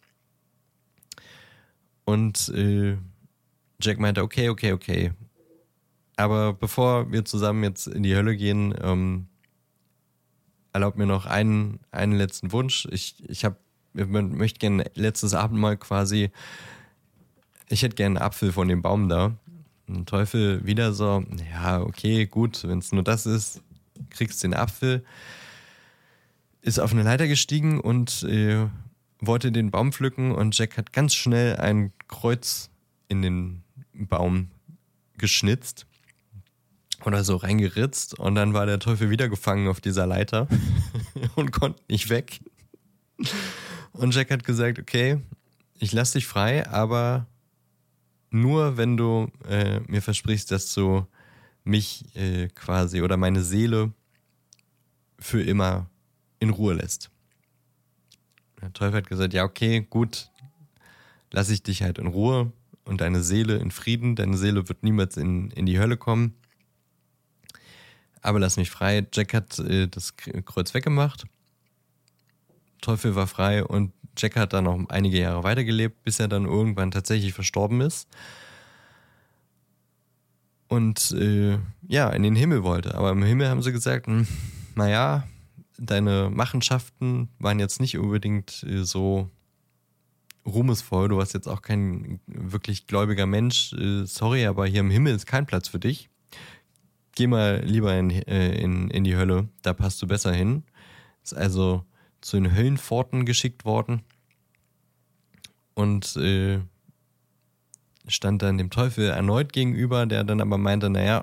Und Jack meinte, okay. Aber bevor wir zusammen jetzt in die Hölle gehen, erlaubt mir noch einen letzten Wunsch. Ich möchte gerne ein letztes Abendmahl quasi. Ich hätte gerne einen Apfel von dem Baum da. Und der Teufel wieder so, ja, okay, gut, wenn es nur das ist, kriegst du den Apfel. Ist auf eine Leiter gestiegen und wollte den Baum pflücken, und Jack hat ganz schnell ein Kreuz in den Baum geschnitzt oder so reingeritzt, und dann war der Teufel wieder gefangen auf dieser Leiter und konnte nicht weg. Und Jack hat gesagt, okay, ich lass dich frei, aber nur wenn du mir versprichst, dass du mich quasi oder meine Seele für immer in Ruhe lässt. Der Teufel hat gesagt, ja okay, gut, lass ich dich halt in Ruhe und deine Seele in Frieden. Deine Seele wird niemals in die Hölle kommen. Aber lass mich frei. Jack hat das Kreuz weggemacht. Teufel war frei, und Jack hat dann noch einige Jahre weitergelebt, bis er dann irgendwann tatsächlich verstorben ist. Und in den Himmel wollte. Aber im Himmel haben sie gesagt, deine Machenschaften waren jetzt nicht unbedingt so ruhmesvoll. Du warst jetzt auch kein wirklich gläubiger Mensch. Sorry, aber hier im Himmel ist kein Platz für dich. Geh mal lieber in die Hölle, da passt du besser hin. Ist also zu den Höllenpforten geschickt worden. Und stand dann dem Teufel erneut gegenüber, der dann aber meinte, naja,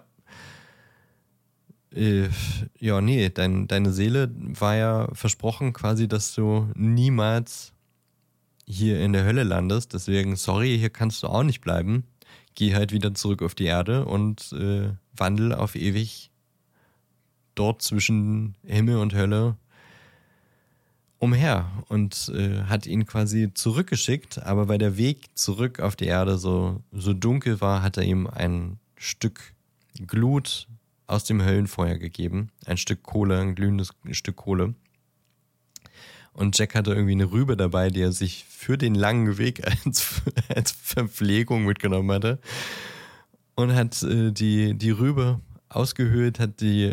ja, nee, deine Seele war ja versprochen quasi, dass du niemals hier in der Hölle landest. Deswegen, sorry, hier kannst du auch nicht bleiben. Geh halt wieder zurück auf die Erde und wandel auf ewig dort zwischen Himmel und Hölle umher. Und hat ihn quasi zurückgeschickt, aber weil der Weg zurück auf die Erde so dunkel war, hat er ihm ein Stück Glut aus dem Höllenfeuer gegeben. Ein Stück Kohle, ein glühendes Stück Kohle. Und Jack hatte irgendwie eine Rübe dabei, die er sich für den langen Weg als Verpflegung mitgenommen hatte. Und hat die Rübe ausgehöhlt, hat die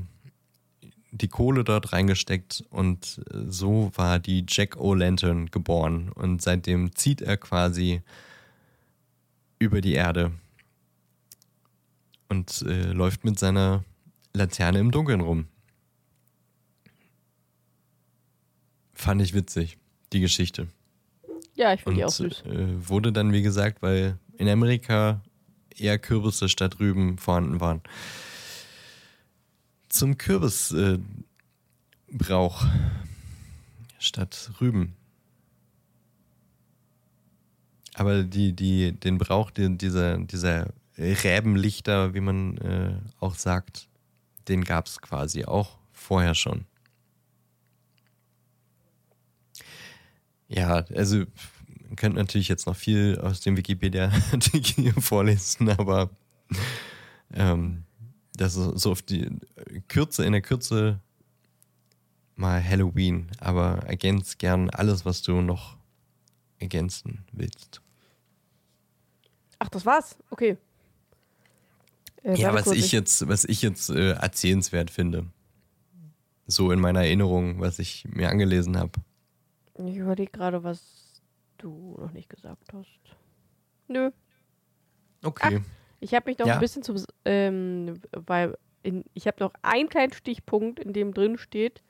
Kohle dort reingesteckt und so war die Jack-O'-Lantern geboren. Und seitdem zieht er quasi über die Erde und läuft mit seiner Laterne im Dunkeln rum. Fand ich witzig, die Geschichte. Ja, ich finde die auch süß. Wurde dann, wie gesagt, weil in Amerika eher Kürbisse statt Rüben vorhanden waren, zum Kürbisbrauch statt Rüben. Aber den Brauch dieser Räbenlichter, wie man auch sagt, den gab es quasi auch vorher schon. Ja, also man könnte natürlich jetzt noch viel aus dem Wikipedia-Artikel vorlesen, aber das ist so auf die Kürze, in der Kürze mal Halloween, aber ergänz gern alles, was du noch ergänzen willst. Ach, das war's? Okay. Ja, was ich jetzt erzählenswert finde. So in meiner Erinnerung, was ich mir angelesen habe. Ich überlege gerade, was du noch nicht gesagt hast. Nö. Okay. Ach, ich habe mich noch ein bisschen ich habe noch einen kleinen Stichpunkt, in dem drin steht,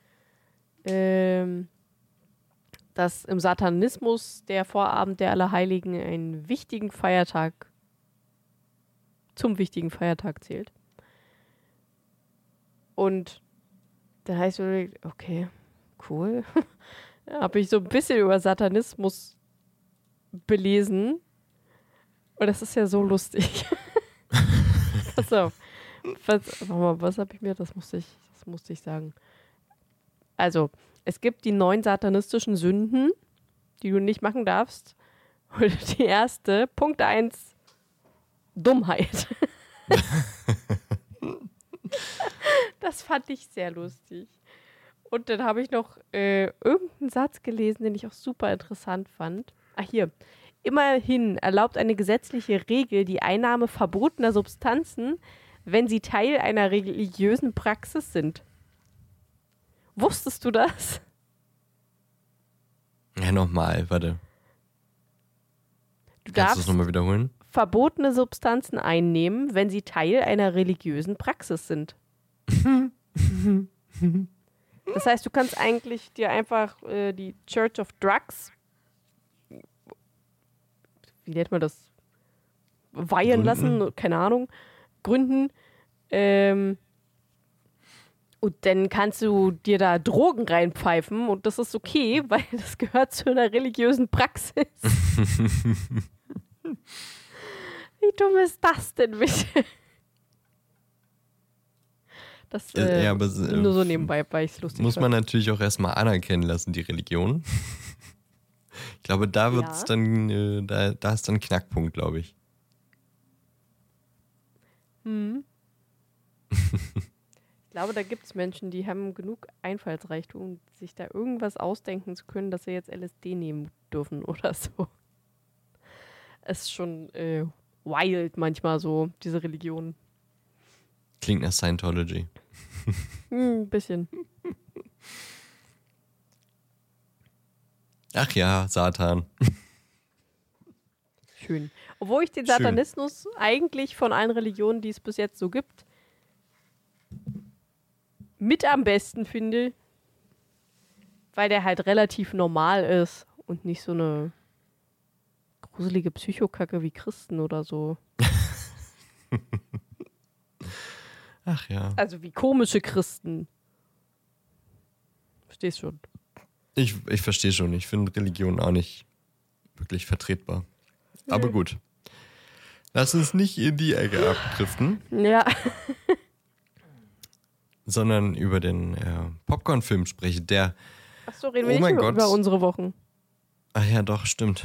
dass im Satanismus der Vorabend der Allerheiligen zum wichtigen Feiertag zählt. Und da heißt es, okay, cool. Habe ich so ein bisschen über Satanismus belesen. Und das ist ja so lustig. Pass auf. Was habe ich mir? Das musste ich sagen. Also, es gibt die 9 satanistischen Sünden, die du nicht machen darfst. Und die erste, Punkt 1, Dummheit. Das fand ich sehr lustig. Und dann habe ich noch irgendeinen Satz gelesen, den ich auch super interessant fand. Ah, hier. Immerhin erlaubt eine gesetzliche Regel die Einnahme verbotener Substanzen, wenn sie Teil einer religiösen Praxis sind. Wusstest du das? Ja, nochmal, warte. Kannst du es nochmal wiederholen? Verbotene Substanzen einnehmen, wenn sie Teil einer religiösen Praxis sind. Das heißt, du kannst eigentlich dir einfach die Church of Drugs, wie nennt man das, weihen lassen, keine Ahnung, gründen. Und dann kannst du dir da Drogen reinpfeifen und das ist okay, weil das gehört zu einer religiösen Praxis. Wie dumm ist das denn bitte? Das aber, nur so nebenbei, weil ich es lustig muss fand. man natürlich auch erstmal anerkennen lassen, die Religion. Ich glaube, da wird es dann, da ist dann Knackpunkt, glaube ich. Ich glaube, da gibt es Menschen, die haben genug Einfallsreichtum, sich da irgendwas ausdenken zu können, dass sie jetzt LSD nehmen dürfen oder so. Es ist schon wild manchmal so, diese Religion. Klingt nach Scientology. Ein bisschen. Ach ja, Satan. Schön. Obwohl ich den Satanismus eigentlich von allen Religionen, die es bis jetzt so gibt, mit am besten finde, weil der halt relativ normal ist und nicht so eine gruselige Psychokacke wie Christen oder so. Ach ja. Also wie komische Christen. Verstehst schon. Ich verstehe schon. Ich finde Religion auch nicht wirklich vertretbar. Aber gut. Lass uns nicht in die Ecke abdriften, Ja. sondern über den Popcorn-Film sprechen. Der. Achso, reden wir Oh mein nicht Gott. über unsere Wochen. Ach ja, doch, stimmt.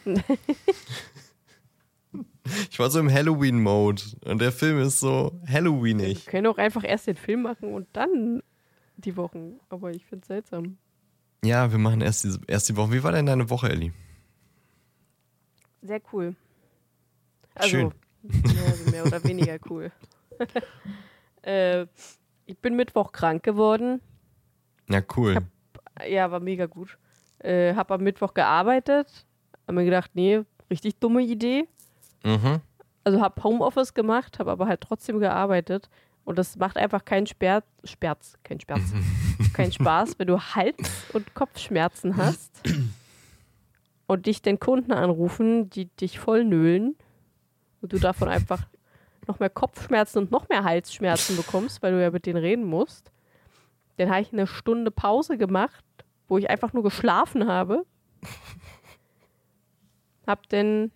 Ich war so im Halloween-Mode und der Film ist so Wir Halloweenig. können auch einfach erst den Film machen und dann die Wochen. Aber ich finde es seltsam. Ja, wir machen erst die Woche. Wie war denn deine Woche, Elli? Sehr cool. Also, Schön. Ja, mehr oder weniger cool. Ich bin Mittwoch krank geworden. Ja, cool. Ja, war mega gut. Hab am Mittwoch gearbeitet. Hab mir gedacht, nee, richtig dumme Idee. Mhm. Also hab Homeoffice gemacht, hab aber halt trotzdem gearbeitet. Und das macht einfach keinen Spaß, wenn du Hals- und Kopfschmerzen hast und dich den Kunden anrufen, die dich voll nölen und du davon einfach noch mehr Kopfschmerzen und noch mehr Halsschmerzen bekommst, weil du ja mit denen reden musst. Dann habe ich eine Stunde Pause gemacht, wo ich einfach nur geschlafen habe. Hab dann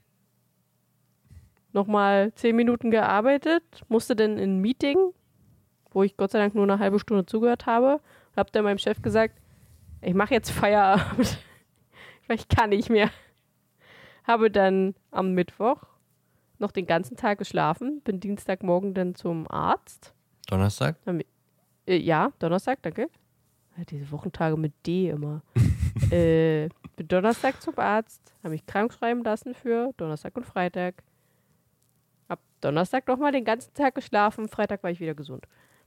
nochmal 10 Minuten gearbeitet, musste dann in ein Meeting, wo ich Gott sei Dank nur eine halbe Stunde zugehört habe. Hab dann meinem Chef gesagt, ich mache jetzt Feierabend, weil ich kann nicht mehr. Habe dann am Mittwoch noch den ganzen Tag geschlafen, bin Dienstagmorgen dann zum Arzt. Donnerstag? Ja, Donnerstag, danke. Ja, diese Wochentage mit D immer. Bin Donnerstag zum Arzt, habe mich krank schreiben lassen für Donnerstag und Freitag. Hab Donnerstag nochmal den ganzen Tag geschlafen, Freitag war ich wieder gesund.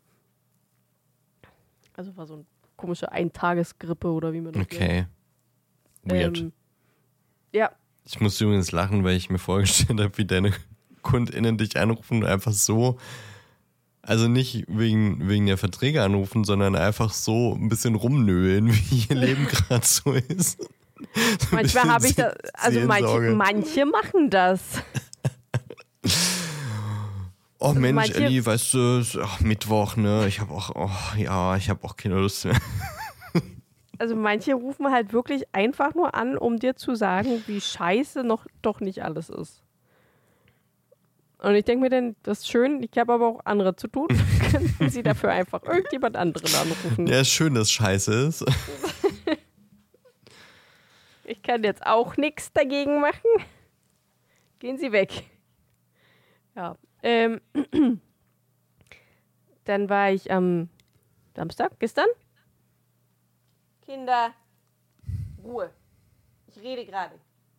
Also war so eine komische Eintagesgrippe oder wie man das Okay. nennt. Weird. Ja, Ich muss übrigens lachen, weil ich mir vorgestellt habe, wie deine KundInnen dich anrufen und einfach so, also nicht wegen der Verträge anrufen, sondern einfach so ein bisschen rumnölen, wie ihr Leben gerade so ist. So ein manchmal habe ich bisschen das, also Seelsorge. manche machen das. Oh Mensch, manche- Elli, weißt du, Mittwoch, ne? Ich habe auch keine Lust mehr. Also manche rufen halt wirklich einfach nur an, um dir zu sagen, wie scheiße noch doch nicht alles ist. Und ich denke mir dann, das ist schön, ich habe aber auch andere zu tun. Könnten Sie dafür einfach irgendjemand anderen anrufen? Ja, ist schön, dass scheiße ist. Ich kann jetzt auch nichts dagegen machen. Gehen Sie weg. Ja. Dann war ich am Samstag, gestern. Kinder, Ruhe. Ich rede gerade.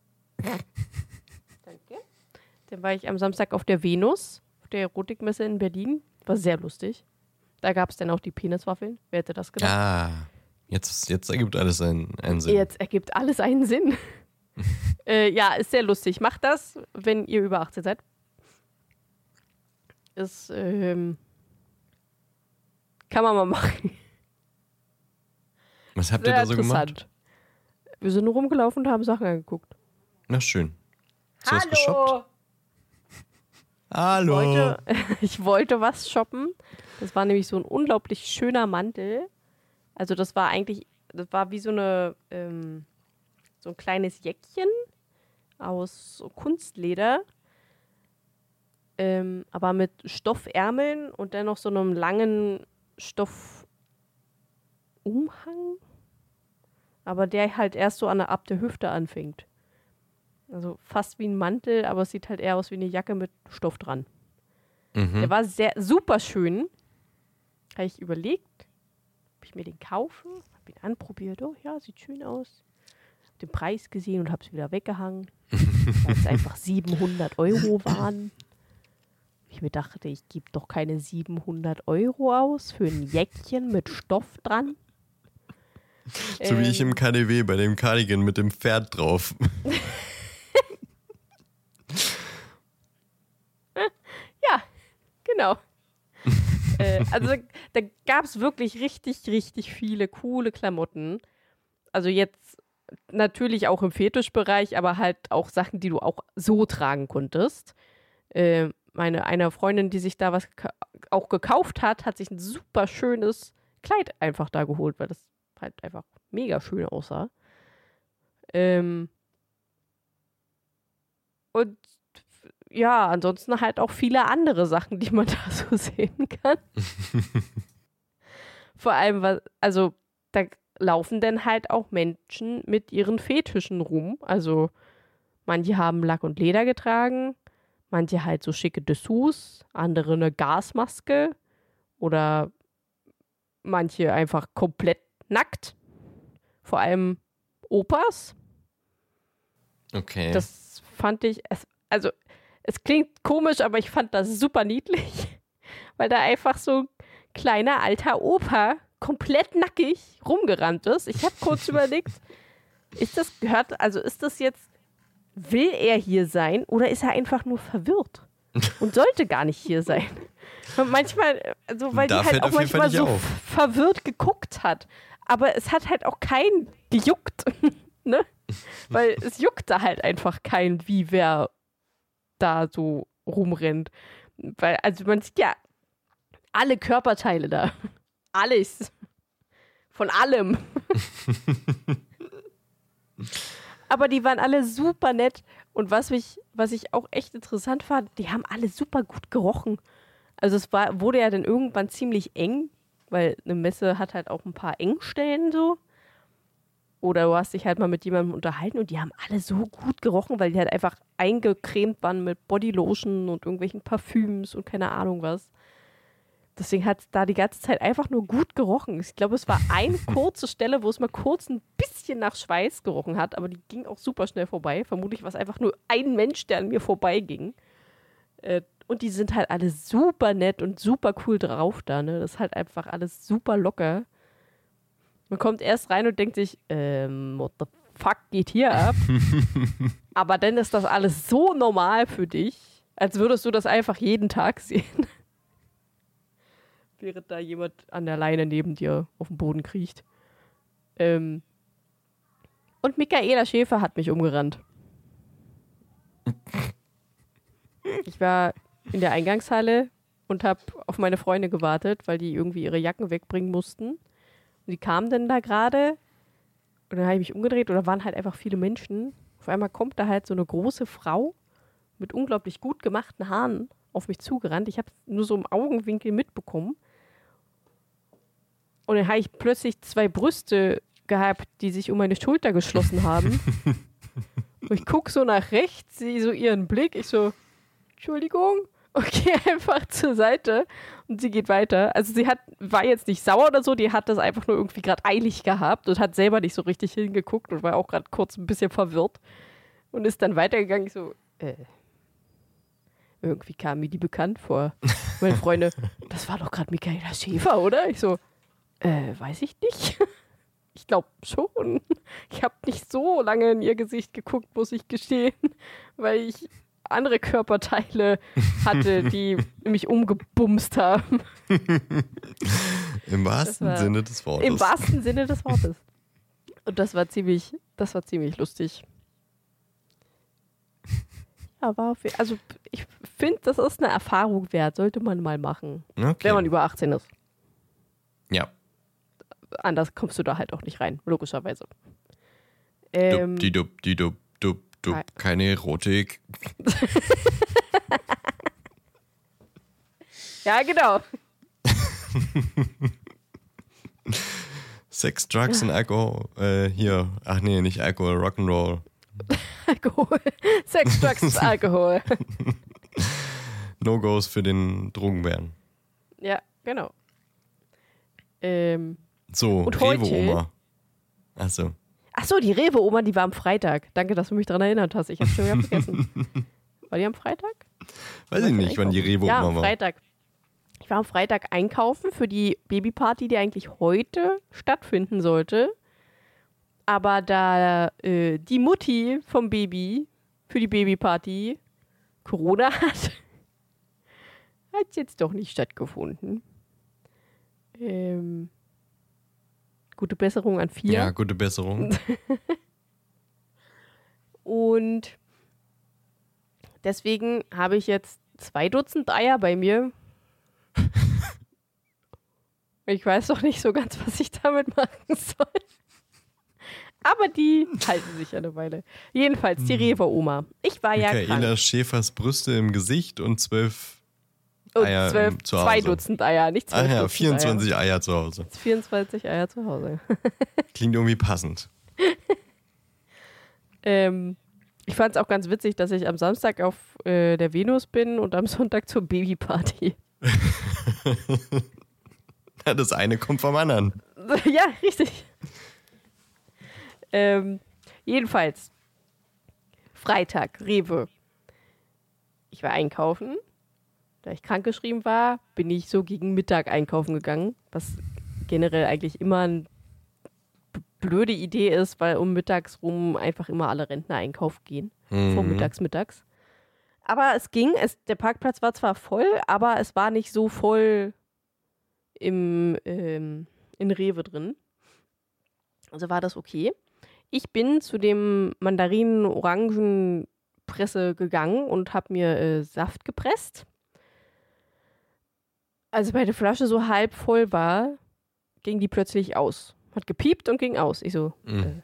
Danke. Dann war ich am Samstag auf der Venus, auf der Erotikmesse in Berlin. War sehr lustig. Da gab es dann auch die Peniswaffeln. Wer hätte das gedacht? Ah, jetzt ergibt alles einen Sinn. Jetzt ergibt alles einen Sinn. Ja, ist sehr lustig. Macht das, wenn ihr über 18 seid. Ist, kann man mal machen. Was habt ihr Sehr da so gemacht? interessant. Wir sind nur rumgelaufen und haben Sachen angeguckt. Na schön. Hast du was geshoppt? Hallo! Hallo. Ich wollte was shoppen. Das war nämlich so ein unglaublich schöner Mantel. Also das war wie so eine, so ein kleines Jäckchen aus so Kunstleder. Aber mit Stoffärmeln und dann noch so einem langen Stoffumhang. Aber der halt erst so ab der Hüfte anfängt. Also fast wie ein Mantel, aber es sieht halt eher aus wie eine Jacke mit Stoff dran. Der war super schön. Habe ich überlegt, ob ich mir den kaufe. Habe ihn anprobiert. Oh ja, sieht schön aus. Hab den Preis gesehen und habe es wieder weggehangen. Weil es einfach 700 € waren. Ich mir dachte, ich gebe doch keine 700 € aus für ein Jäckchen mit Stoff dran. So wie ich im KDW bei dem Cardigan mit dem Pferd drauf. Ja, genau. Also da gab es wirklich richtig, richtig viele coole Klamotten. Also jetzt natürlich auch im Fetischbereich, aber halt auch Sachen, die du auch so tragen konntest. Eine Freundin, die sich da was auch gekauft hat, hat sich ein super schönes Kleid einfach da geholt, weil das halt einfach mega schön aussah. Und ja, ansonsten halt auch viele andere Sachen, die man da so sehen kann. Vor allem, also da laufen dann halt auch Menschen mit ihren Fetischen rum. Also manche haben Lack und Leder getragen, manche halt so schicke Dessous, andere eine Gasmaske oder manche einfach komplett nackt. Vor allem Opas. Okay. Das fand ich, es klingt komisch, aber ich fand das super niedlich, weil da einfach so ein kleiner alter Opa komplett nackig rumgerannt ist. Ich habe kurz überlegt, ist das jetzt, will er hier sein oder ist er einfach nur verwirrt und sollte gar nicht hier sein? Und manchmal, also weil die halt auch manchmal so verwirrt geguckt hat, aber es hat halt auch keinen gejuckt, ne? Weil es juckte halt einfach keinen, wie wer da so rumrennt. Weil, also man sieht ja alle Körperteile da. Alles. Von allem. Aber die waren alle super nett. Und was ich auch echt interessant fand, die haben alle super gut gerochen. Also wurde ja dann irgendwann ziemlich eng, weil eine Messe hat halt auch ein paar Engstellen so. Oder du hast dich halt mal mit jemandem unterhalten und die haben alle so gut gerochen, weil die halt einfach eingecremt waren mit Bodylotion und irgendwelchen Parfüms und keine Ahnung was. Deswegen hat es da die ganze Zeit einfach nur gut gerochen. Ich glaube, es war eine kurze Stelle, wo es mal kurz ein bisschen nach Schweiß gerochen hat, aber die ging auch super schnell vorbei. Vermutlich war es einfach nur ein Mensch, der an mir vorbeiging. Und die sind halt alle super nett und super cool drauf da, ne? Das ist halt einfach alles super locker. Man kommt erst rein und denkt sich, what the fuck geht hier ab? Aber dann ist das alles so normal für dich, als würdest du das einfach jeden Tag sehen. Während da jemand an der Leine neben dir auf dem Boden kriecht. Und Michaela Schäfer hat mich umgerannt. Ich war in der Eingangshalle und habe auf meine Freunde gewartet, weil die irgendwie ihre Jacken wegbringen mussten. Und die kamen dann da gerade und dann habe ich mich umgedreht und da waren halt einfach viele Menschen. Auf einmal kommt da halt so eine große Frau mit unglaublich gut gemachten Haaren auf mich zugerannt. Ich habe es nur so im Augenwinkel mitbekommen. Und dann habe ich plötzlich 2 Brüste gehabt, die sich um meine Schulter geschlossen haben. Und ich gucke so nach rechts, sehe so ihren Blick. Ich so, Entschuldigung. Und gehe einfach zur Seite und sie geht weiter. Also sie war jetzt nicht sauer oder so, die hat das einfach nur irgendwie gerade eilig gehabt und hat selber nicht so richtig hingeguckt und war auch gerade kurz ein bisschen verwirrt und ist dann weitergegangen. Ich so, irgendwie kam mir die bekannt vor. Meine Freunde, das war doch gerade Michaela Schäfer, oder? Ich so, weiß ich nicht. Ich glaube schon. Ich habe nicht so lange in ihr Gesicht geguckt, muss ich gestehen, weil ich andere Körperteile hatte, die mich umgebumst haben. Im wahrsten Sinne des Wortes. Im wahrsten Sinne des Wortes. Und das war ziemlich lustig. Ja, also ich finde, das ist eine Erfahrung wert. Sollte man mal machen. Okay. Wenn man über 18 ist. Ja. Anders kommst du da halt auch nicht rein, logischerweise. Dup. Keine Erotik. Ja, genau. Sex, Drugs und Alkohol. Hier. Ach nee, nicht Alkohol, Rock'n'Roll. Alkohol. Sex, Drugs, Alkohol. No-Gos für den Drogenbären. Ja, genau. So, und Rewe-Oma. Achso. Achso, die Rewe-Oma, die war am Freitag. Danke, dass du mich daran erinnert hast. Ich hab's schon wieder vergessen. War die am Freitag? Weiß ich nicht, wann die Rewe-Oma war. Ja, am Freitag. Ich war am Freitag einkaufen für die Babyparty, die eigentlich heute stattfinden sollte. Aber da die Mutti vom Baby für die Babyparty Corona hat es jetzt doch nicht stattgefunden. Gute Besserung an 4. Ja, gute Besserung. Und deswegen habe ich jetzt 2 Dutzend Eier bei mir. Ich weiß doch nicht so ganz, was ich damit machen soll. Aber die halten sich eine Weile. Jedenfalls, die Rewe-Oma. Ich war ja krank. Michaela Schäfers Brüste im Gesicht und 12 Eier zu Hause. 2 Dutzend Eier, nicht 12 Dutzend 24 Eier zu Hause. 24 Eier zu Hause. Klingt irgendwie passend. Ich fand es auch ganz witzig, dass ich am Samstag auf der Venus bin und am Sonntag zur Babyparty. Das eine kommt vom anderen. Ja, richtig. Jedenfalls, Freitag, Rewe. Ich war einkaufen. Da ich krankgeschrieben war, bin ich so gegen Mittag einkaufen gegangen, was generell eigentlich immer eine blöde Idee ist, weil um mittags rum einfach immer alle Rentner einkaufen gehen. Vormittags. Aber es ging. Der Parkplatz war zwar voll, aber es war nicht so voll in Rewe drin. Also war das okay. Ich bin zu dem Mandarinen-Orangen-Presse gegangen und habe mir Saft gepresst. Als meine Flasche so halb voll war, ging die plötzlich aus. Hat gepiept und ging aus. Ich so,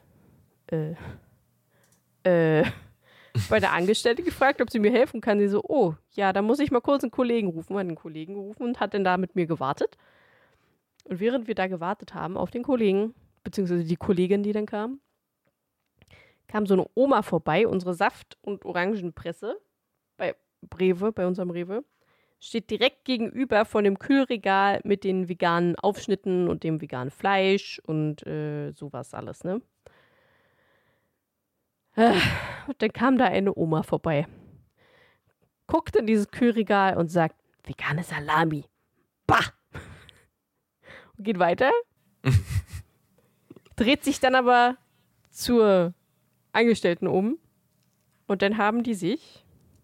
bei der Angestellte gefragt, ob sie mir helfen kann. Sie so, oh, ja, da muss ich mal kurz einen Kollegen rufen. Hat einen Kollegen gerufen und hat dann da mit mir gewartet. Und während wir da gewartet haben auf den Kollegen, beziehungsweise die Kollegin, die dann kam so eine Oma vorbei, unsere Saft- und Orangenpresse bei unserem Rewe, steht direkt gegenüber von dem Kühlregal mit den veganen Aufschnitten und dem veganen Fleisch und sowas alles, ne? Und dann kam da eine Oma vorbei, guckt in dieses Kühlregal und sagt, vegane Salami. Bah! Und geht weiter. Dreht sich dann aber zur Angestellten um und dann haben die sich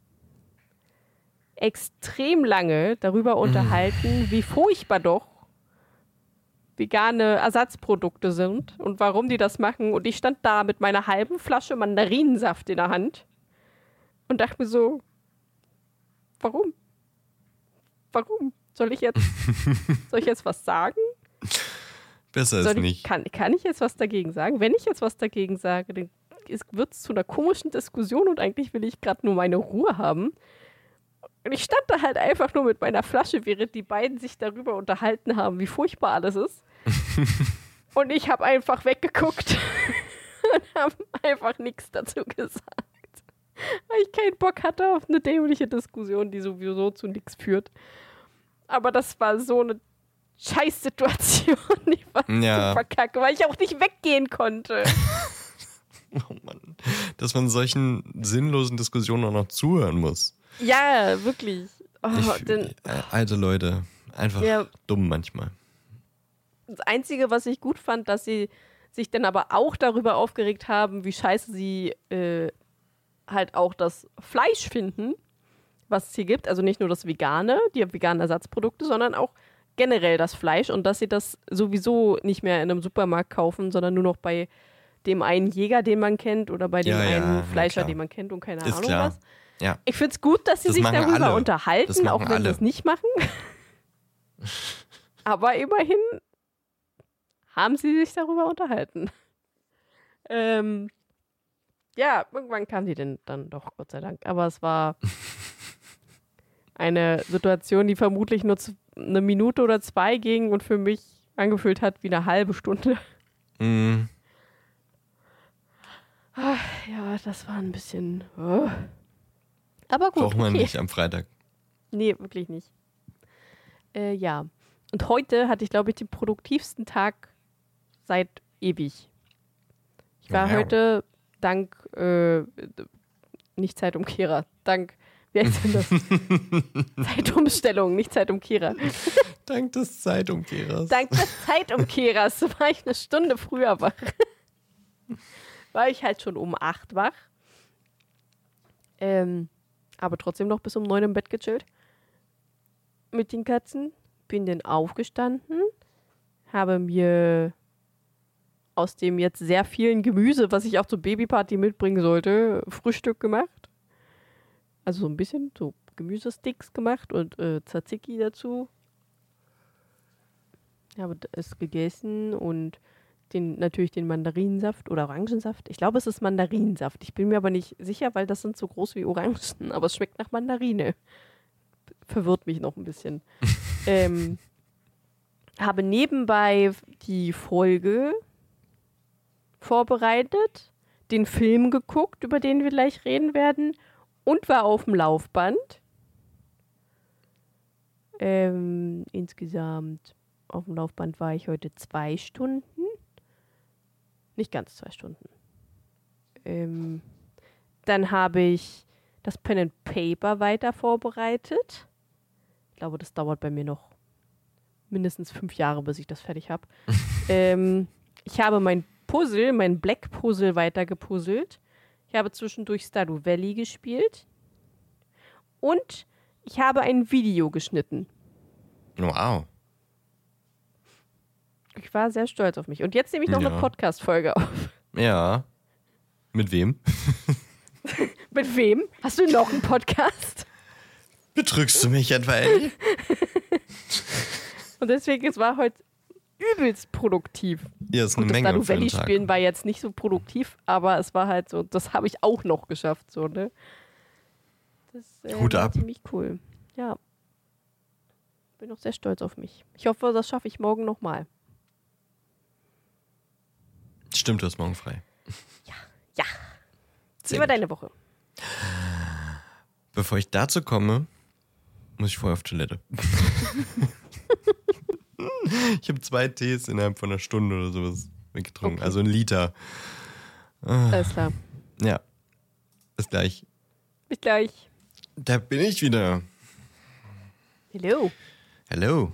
extrem lange darüber unterhalten, wie furchtbar doch vegane Ersatzprodukte sind und warum die das machen. Und ich stand da mit meiner halben Flasche Mandarinensaft in der Hand und dachte mir so, warum? Warum? Soll ich jetzt was sagen? Besser ist nicht. Kann ich jetzt was dagegen sagen? Wenn ich jetzt was dagegen sage, dann wird es zu einer komischen Diskussion und eigentlich will ich gerade nur meine Ruhe haben. Und ich stand da halt einfach nur mit meiner Flasche, während die beiden sich darüber unterhalten haben, wie furchtbar alles ist. Und ich habe einfach weggeguckt und habe einfach nichts dazu gesagt. Weil ich keinen Bock hatte auf eine dämliche Diskussion, die sowieso zu nichts führt. Aber das war so eine Scheißsituation. Die war super kacke, weil ich auch nicht weggehen konnte. Oh Mann. Dass man solchen sinnlosen Diskussionen auch noch zuhören muss. Ja, wirklich. Alte Leute. Einfach dumm manchmal. Das Einzige, was ich gut fand, dass sie sich dann aber auch darüber aufgeregt haben, wie scheiße sie halt auch das Fleisch finden, was es hier gibt. Also nicht nur das Vegane, die veganen Ersatzprodukte, sondern auch generell das Fleisch. Und dass sie das sowieso nicht mehr in einem Supermarkt kaufen, sondern nur noch bei dem einen Jäger, den man kennt, oder bei dem einen Fleischer, den man kennt und keine Ahnung was. Ja. Ich finde es gut, dass sie sich darüber unterhalten, auch wenn sie es nicht machen. Aber immerhin haben sie sich darüber unterhalten. Ja, irgendwann kam die denn dann doch, Gott sei Dank. Aber es war eine Situation, die vermutlich nur eine Minute oder 2 ging und für mich angefühlt hat wie eine halbe Stunde. Mhm. Ja, das war ein bisschen... Aber gut, braucht man nicht am Freitag. Nee, wirklich nicht. Ja. Und heute hatte ich, glaube ich, den produktivsten Tag seit ewig. Ich war heute dank nicht Zeitumkehrer, wie heißt denn das? Zeitumstellung, nicht Zeitumkehrer. Dank des Zeitumkehrers. Dank des Zeitumkehrers war ich eine Stunde früher wach. War ich halt schon um 8 wach. Aber trotzdem noch bis um 9 im Bett gechillt. Mit den Katzen. Bin dann aufgestanden. Habe mir aus dem jetzt sehr vielen Gemüse, was ich auch zur Babyparty mitbringen sollte, Frühstück gemacht. Also so ein bisschen so Gemüsesticks gemacht und Tzatziki dazu. Ich habe es gegessen und natürlich den Mandarinensaft oder Orangensaft. Ich glaube, es ist Mandarinensaft. Ich bin mir aber nicht sicher, weil das sind so groß wie Orangen, aber es schmeckt nach Mandarine. Verwirrt mich noch ein bisschen. Habe nebenbei die Folge vorbereitet, den Film geguckt, über den wir gleich reden werden, und war auf dem Laufband. Insgesamt auf dem Laufband war ich heute 2 Stunden. Nicht ganz 2 Stunden. Dann habe ich das Pen and Paper weiter vorbereitet. Ich glaube, das dauert bei mir noch mindestens 5 Jahre, bis ich das fertig habe. Ich habe mein Black Puzzle weiter gepuzzelt. Ich habe zwischendurch Stardew Valley gespielt. Und ich habe ein Video geschnitten. Wow. Ich war sehr stolz auf mich. Und jetzt nehme ich noch eine Podcast-Folge auf. Ja. Mit wem? Mit wem? Hast du noch einen Podcast? Betrügst du mich etwa, Ellie? Und deswegen, es war heute übelst produktiv. Ja, ist eine Gut, Menge. Das Stardew Valley spielen war jetzt nicht so produktiv, aber es war halt so, das habe ich auch noch geschafft, so, ne? Das Hut war ab. ziemlich cool. Ja. Bin auch sehr stolz auf mich. Ich hoffe, das schaffe ich morgen nochmal. Stimmt, du hast morgen frei. Ja. Wie war deine Woche? Bevor ich dazu komme, muss ich vorher auf Toilette. Ich habe 2 Tees innerhalb von einer Stunde oder sowas weggetrunken. Okay. Also 1 Liter. Alles klar. Ja. Bis gleich. Bis gleich. Da bin ich wieder. Hello. Hello.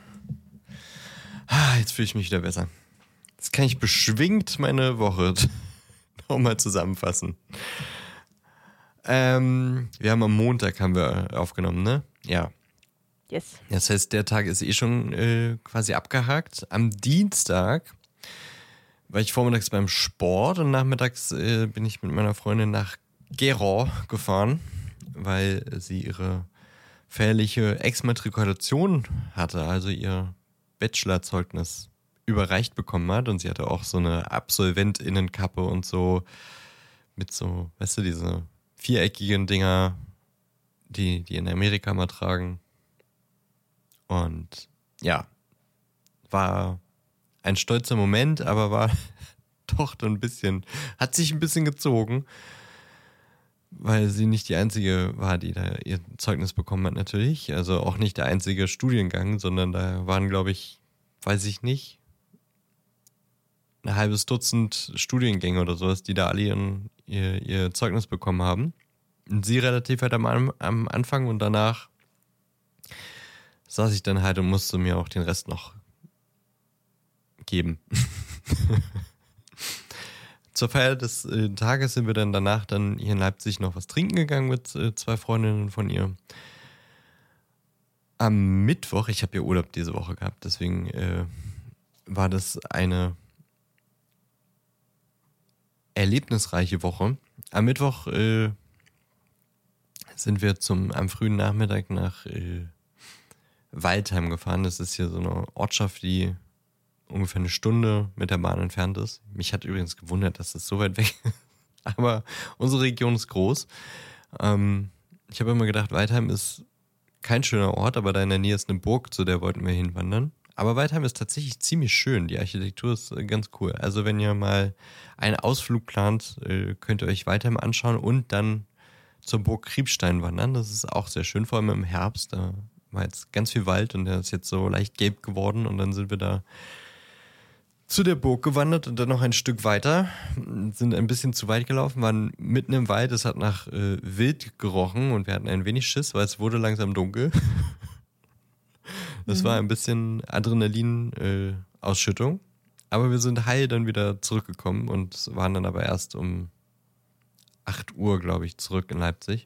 Jetzt fühle ich mich wieder besser. Jetzt kann ich beschwingt meine Woche nochmal zusammenfassen. Wir haben am Montag aufgenommen, ne? Ja. Yes. Das heißt, der Tag ist schon quasi abgehakt. Am Dienstag war ich vormittags beim Sport und nachmittags bin ich mit meiner Freundin nach Gero gefahren, weil sie ihre fährliche Exmatrikulation hatte, also ihr Bachelorzeugnis überreicht bekommen hat, und sie hatte auch so eine AbsolventInnenkappe und so mit so, weißt du, diese viereckigen Dinger, die in Amerika mal tragen. Und ja, war ein stolzer Moment, aber war doch dann hat sich ein bisschen gezogen, weil sie nicht die einzige war, die da ihr Zeugnis bekommen hat natürlich. Also auch nicht der einzige Studiengang, sondern da waren, glaube ich, weiß ich nicht, ein halbes Dutzend Studiengänge oder sowas, die da alle ihr Zeugnis bekommen haben. Und sie relativ halt am Anfang, und danach saß ich dann halt und musste mir auch den Rest noch geben. Zur Feier des Tages sind wir dann danach hier in Leipzig noch was trinken gegangen mit 2 Freundinnen von ihr. Am Mittwoch, ich habe ja Urlaub diese Woche gehabt, deswegen war das eine erlebnisreiche Woche. Am Mittwoch sind wir am frühen Nachmittag nach Waldheim gefahren. Das ist hier so eine Ortschaft, die ungefähr 1 Stunde mit der Bahn entfernt ist. Mich hat übrigens gewundert, dass das so weit weg ist. Aber unsere Region ist groß. Ich habe immer gedacht, Waldheim ist kein schöner Ort, aber da in der Nähe ist eine Burg, zu der wollten wir hinwandern. Aber Waldheim ist tatsächlich ziemlich schön. Die Architektur ist ganz cool. Also wenn ihr mal einen Ausflug plant, könnt ihr euch Waldheim anschauen und dann zur Burg Kriebstein wandern. Das ist auch sehr schön, vor allem im Herbst. Da war jetzt ganz viel Wald und der ist jetzt so leicht gelb geworden, und dann sind wir da zu der Burg gewandert und dann noch ein Stück weiter, sind ein bisschen zu weit gelaufen, waren mitten im Wald, es hat nach Wild gerochen und wir hatten ein wenig Schiss, weil es wurde langsam dunkel. Das war ein bisschen Adrenalin-Ausschüttung, aber wir sind heil dann wieder zurückgekommen und waren dann aber erst um 8 Uhr, glaube ich, zurück in Leipzig.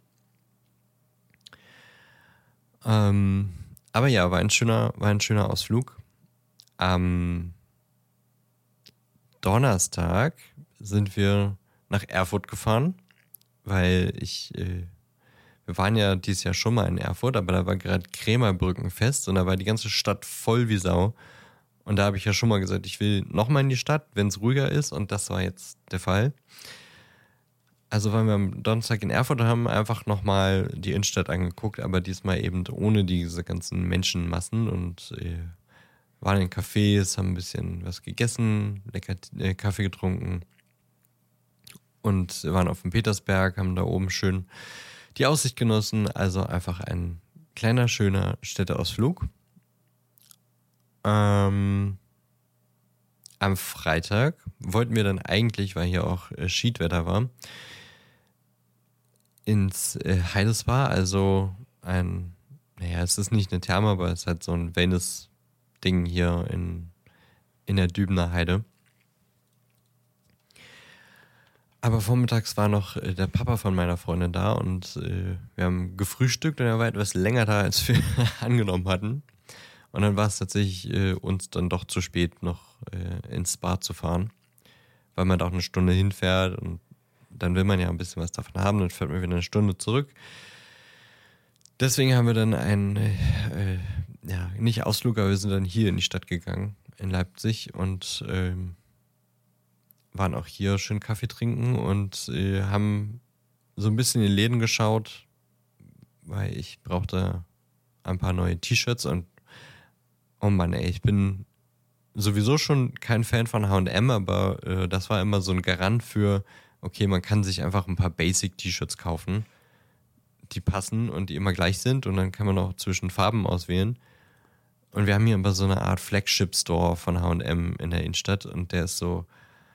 Aber ja, war ein schöner Ausflug. Am Donnerstag sind wir nach Erfurt gefahren, weil wir waren ja dieses Jahr schon mal in Erfurt, aber da war gerade Krämerbrückenfest und da war die ganze Stadt voll wie Sau. Und da habe ich ja schon mal gesagt, ich will nochmal in die Stadt, wenn es ruhiger ist, und das war jetzt der Fall. Also waren wir am Donnerstag in Erfurt und haben einfach nochmal die Innenstadt angeguckt, aber diesmal eben ohne diese ganzen Menschenmassen, und waren in Cafés, haben ein bisschen was gegessen, lecker Kaffee getrunken und waren auf dem Petersberg, haben da oben schön die Aussicht genossen. Also einfach ein kleiner, schöner Städteausflug. Am Freitag wollten wir dann eigentlich, weil hier auch Schiedwetter war, ins Heidesbar, also es ist nicht eine Therme, aber es ist halt so ein Wellness-Ding hier in der Dübener Heide. Aber vormittags war noch der Papa von meiner Freundin da und wir haben gefrühstückt und er war etwas länger da, als wir angenommen hatten. Und dann war es tatsächlich uns dann doch zu spät, noch ins Spa zu fahren, weil man da auch eine Stunde hinfährt und dann will man ja ein bisschen was davon haben, dann fährt man wieder eine Stunde zurück. Deswegen haben wir dann nicht Ausflug, aber wir sind dann hier in die Stadt gegangen, in Leipzig, und waren auch hier schön Kaffee trinken und haben so ein bisschen in die Läden geschaut, weil ich brauchte ein paar neue T-Shirts und oh Mann, ey, ich bin sowieso schon kein Fan von H&M, aber das war immer so ein Garant für, okay, man kann sich einfach ein paar Basic-T-Shirts kaufen, die passen und die immer gleich sind, und dann kann man auch zwischen Farben auswählen. Und wir haben hier aber so eine Art Flagship-Store von H&M in der Innenstadt und der ist so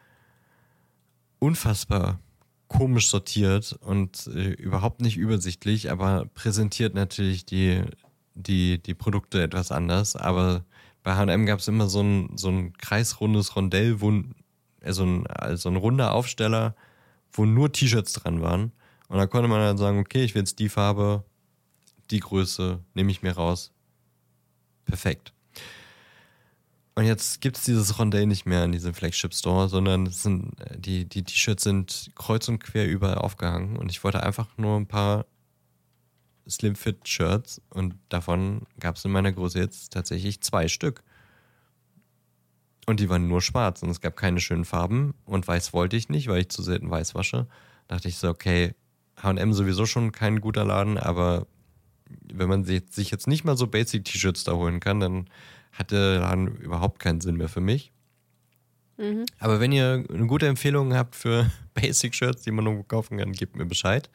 unfassbar komisch sortiert und überhaupt nicht übersichtlich, aber präsentiert natürlich die Produkte etwas anders. Aber bei H&M gab es immer so ein kreisrundes Rondell, so ein runder Aufsteller, wo nur T-Shirts dran waren. Und da konnte man dann sagen, okay, ich will jetzt die Farbe, die Größe, nehme ich mir raus. Perfekt. Und jetzt gibt es dieses Rondell nicht mehr in diesem Flagship Store, sondern die T-Shirts sind kreuz und quer überall aufgehangen. Und ich wollte einfach nur ein paar Slim-Fit-Shirts und davon gab es in meiner Größe jetzt tatsächlich 2 Stück. Und die waren nur schwarz und es gab keine schönen Farben und weiß wollte ich nicht, weil ich zu selten weiß wasche. Da dachte ich so, okay, H&M sowieso schon kein guter Laden, aber wenn man sich jetzt nicht mal so Basic-T-Shirts da holen kann, dann hat der Laden überhaupt keinen Sinn mehr für mich. Mhm. Aber wenn ihr eine gute Empfehlung habt für Basic-Shirts, die man nur kaufen kann, gebt mir Bescheid.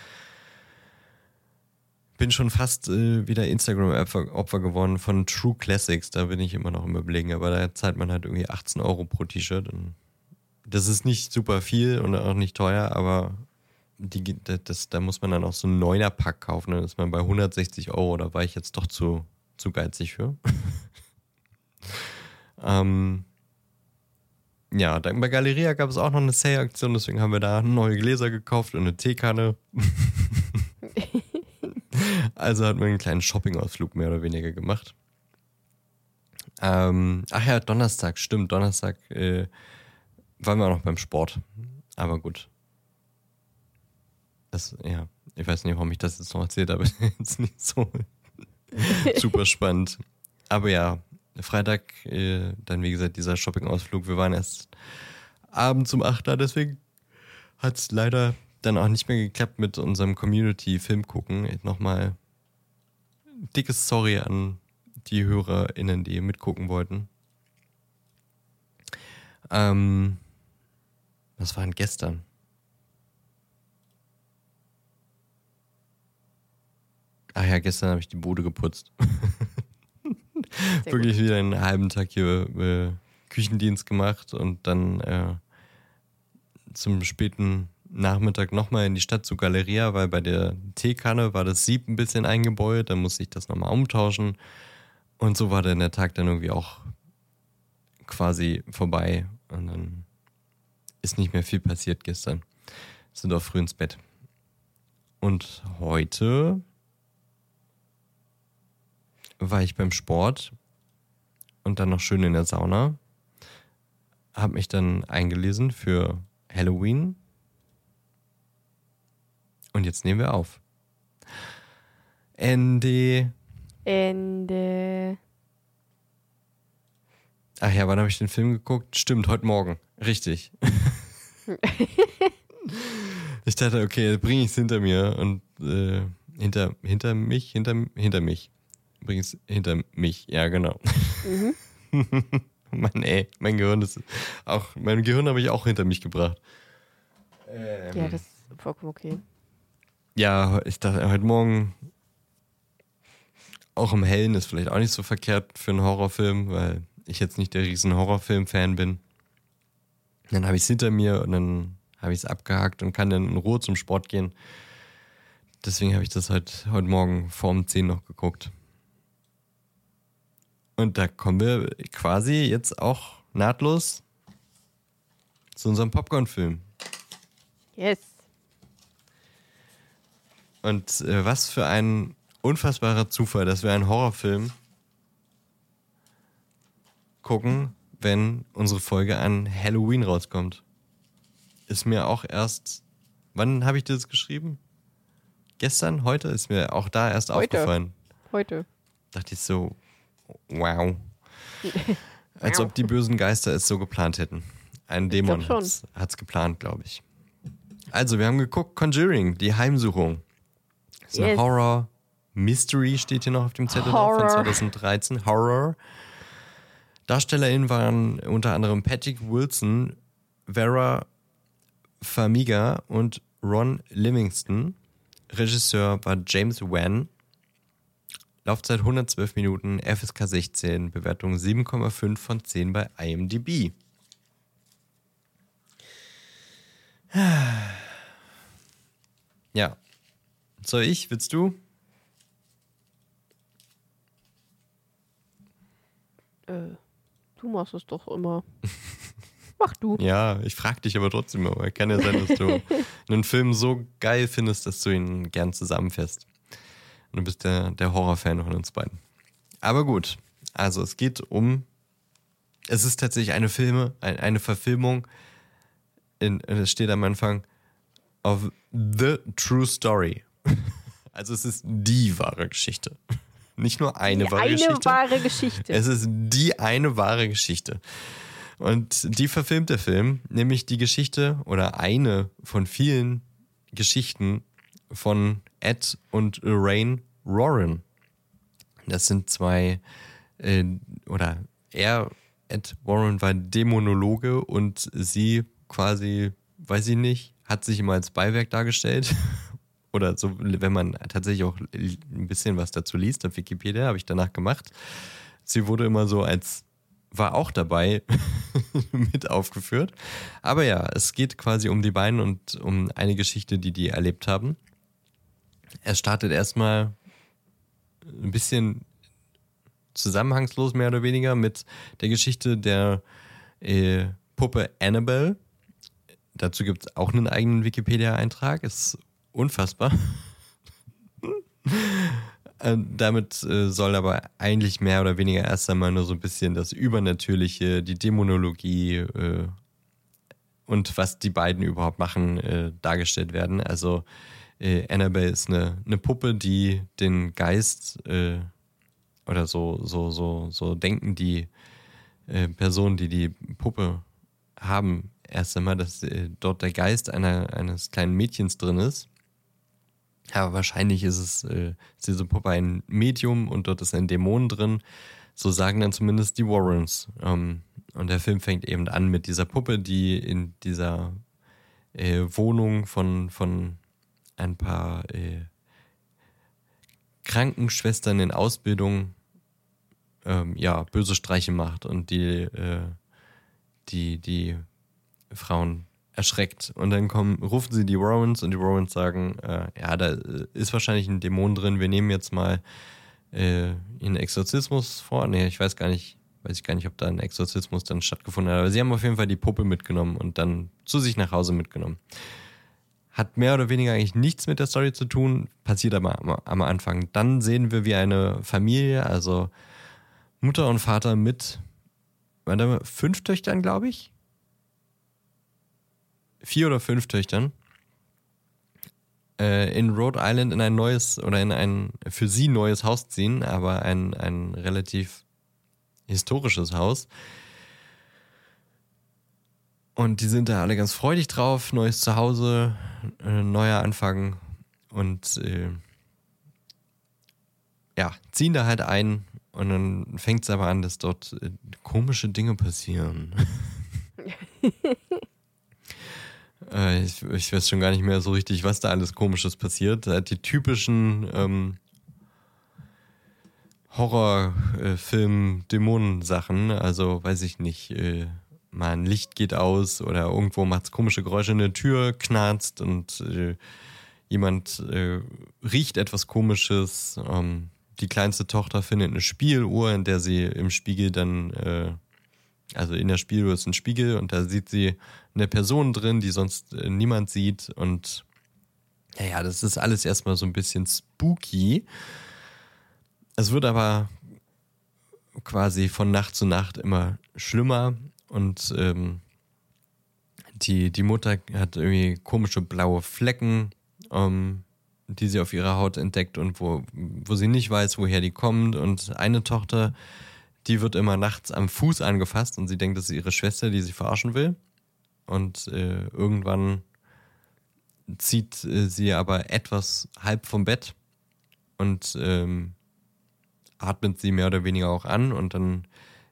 Bin schon fast wieder Instagram-Opfer geworden von True Classics. Da bin ich immer noch im Überlegen. Aber da zahlt man halt irgendwie 18 Euro pro T-Shirt. Und das ist nicht super viel und auch nicht teuer, aber da muss man dann auch so einen 9er-Pack kaufen. Dann ist man bei 160 Euro. Da war ich jetzt doch zu geizig für. Ja, bei Galeria gab es auch noch eine Sale-Aktion. Deswegen haben wir da neue Gläser gekauft und eine Teekanne. Also hat man einen kleinen Shopping-Ausflug mehr oder weniger gemacht. Donnerstag, stimmt. Donnerstag waren wir auch noch beim Sport. Aber gut. Ich weiß nicht, warum ich das jetzt noch erzählt habe. Jetzt nicht so super spannend. Aber ja, Freitag, dann wie gesagt, dieser Shopping-Ausflug. Wir waren erst abends um 8 Uhr, deswegen hat es leider dann auch nicht mehr geklappt mit unserem Community-Film gucken. Nochmal dickes Sorry an die HörerInnen, die mitgucken wollten. Was war denn gestern? Ach ja, gestern habe ich die Bude geputzt. Wirklich wieder einen halben Tag hier Küchendienst gemacht und dann zum späten Nachmittag nochmal in die Stadt zu Galeria, weil bei der Teekanne war das Sieb ein bisschen eingebeult, dann musste ich das nochmal umtauschen und so war dann der Tag dann irgendwie auch quasi vorbei und dann ist nicht mehr viel passiert gestern. Sind auch früh ins Bett. Und heute war ich beim Sport und dann noch schön in der Sauna. habe mich dann eingelesen für Halloween. Und jetzt nehmen wir auf. Ende. Ach ja, wann habe ich den Film geguckt? Stimmt, heute Morgen. Richtig. Ich dachte, okay, bringe ich es hinter mir und hinter mich. Bring es hinter mich, ja genau. Mhm. Mann, ey, mein Gehirn habe ich auch hinter mich gebracht. Ja, das ist vollkommen okay. Ja, ich dachte, heute Morgen auch im Hellen ist vielleicht auch nicht so verkehrt für einen Horrorfilm, weil ich jetzt nicht der riesen Horrorfilm-Fan bin. Dann habe ich es hinter mir und dann habe ich es abgehakt und kann dann in Ruhe zum Sport gehen. Deswegen habe ich das heute Morgen vor um 10 noch geguckt. Und da kommen wir quasi jetzt auch nahtlos zu unserem Popcorn-Film. Yes. Und was für ein unfassbarer Zufall, dass wir einen Horrorfilm gucken, wenn unsere Folge an Halloween rauskommt. Ist mir auch erst... Wann habe ich das geschrieben? Gestern? Heute? Ist mir auch da erst aufgefallen. Heute. Dachte ich so, wow. Als ob die bösen Geister es so geplant hätten. Ein Dämon hat's geplant, glaube ich. Also, wir haben geguckt, Conjuring, die Heimsuchung. Das ist eine Horror-Mystery, steht hier noch auf dem Zettel drauf, von 2013. Horror. DarstellerInnen waren unter anderem Patrick Wilson, Vera Farmiga und Ron Livingston. Regisseur war James Wan. Laufzeit 112 Minuten, FSK 16, Bewertung 7,5 von 10 bei IMDb. Ja. Soll ich? Willst du? Du machst es doch immer. Mach du. Ja, ich frag dich aber trotzdem mal. Kann ja sein, dass du einen Film so geil findest, dass du ihn gern zusammenfasst. Und du bist der Horrorfan von uns beiden. Aber gut, also es ist tatsächlich eine Verfilmung, es steht am Anfang, of the true story. Also es ist die wahre Geschichte. Nicht nur eine wahre Geschichte. Es ist die eine wahre Geschichte. Und die verfilmt der Film, nämlich die Geschichte oder eine von vielen Geschichten von Ed und Lorraine Warren. Das sind Ed Warren war Dämonologe und sie quasi, weiß ich nicht, hat sich immer als Beiwerk dargestellt. Oder so, wenn man tatsächlich auch ein bisschen was dazu liest auf Wikipedia, habe ich danach gemacht. Sie wurde immer so war auch dabei mit aufgeführt. Aber ja, es geht quasi um die beiden und um eine Geschichte, die erlebt haben. Er startet erstmal ein bisschen zusammenhangslos, mehr oder weniger, mit der Geschichte der Puppe Annabelle. Dazu gibt es auch einen eigenen Wikipedia-Eintrag. Ist unfassbar. Damit soll aber eigentlich mehr oder weniger erst einmal nur so ein bisschen das Übernatürliche, die Dämonologie und was die beiden überhaupt machen, dargestellt werden. Also Annabelle ist eine Puppe, die den Geist oder so denken die Personen, die Puppe haben, erst einmal, dass dort der Geist eines kleinen Mädchens drin ist. Aber wahrscheinlich ist diese Puppe ein Medium und dort ist ein Dämon drin. So sagen dann zumindest die Warrens. Und der Film fängt eben an mit dieser Puppe, die in dieser Wohnung von ein paar Krankenschwestern in Ausbildung böse Streiche macht und die Frauen erschreckt. Und dann rufen sie die Warrens und die Warrens sagen, da ist wahrscheinlich ein Dämon drin, wir nehmen jetzt mal einen Exorzismus vor. Nee, weiß ich gar nicht, ob da ein Exorzismus dann stattgefunden hat. Aber sie haben auf jeden Fall die Puppe mitgenommen und dann zu sich nach Hause mitgenommen. Hat mehr oder weniger eigentlich nichts mit der Story zu tun, passiert aber am Anfang. Dann sehen wir, wie eine Familie, also Mutter und Vater mit 5 Töchtern, glaube ich, 4 oder 5 Töchtern in Rhode Island in ein neues oder in ein für sie neues Haus ziehen, aber ein relativ historisches Haus. Und die sind da alle ganz freudig drauf, neues Zuhause, neuer Anfang und ziehen da halt ein und dann fängt es aber an, dass dort komische Dinge passieren. Ich weiß schon gar nicht mehr so richtig, was da alles Komisches passiert. Die typischen Horrorfilm-Dämonen-Sachen, also weiß ich nicht, mal ein Licht geht aus oder irgendwo macht es komische Geräusche, eine Tür knarzt und jemand riecht etwas Komisches. Die kleinste Tochter findet eine Spiegeluhr, in der sie im Spiegel dann, also in der Spieluhr ist ein Spiegel und da sieht sie eine Person drin, die sonst niemand sieht und ja, das ist alles erstmal so ein bisschen spooky. Es wird aber quasi von Nacht zu Nacht immer schlimmer und die Mutter hat irgendwie komische blaue Flecken, die sie auf ihrer Haut entdeckt und wo sie nicht weiß, woher die kommen. Und eine Tochter, die wird immer nachts am Fuß angefasst und sie denkt, das ist ihre Schwester, die sie verarschen will. Und irgendwann zieht sie aber etwas halb vom Bett und atmet sie mehr oder weniger auch an und dann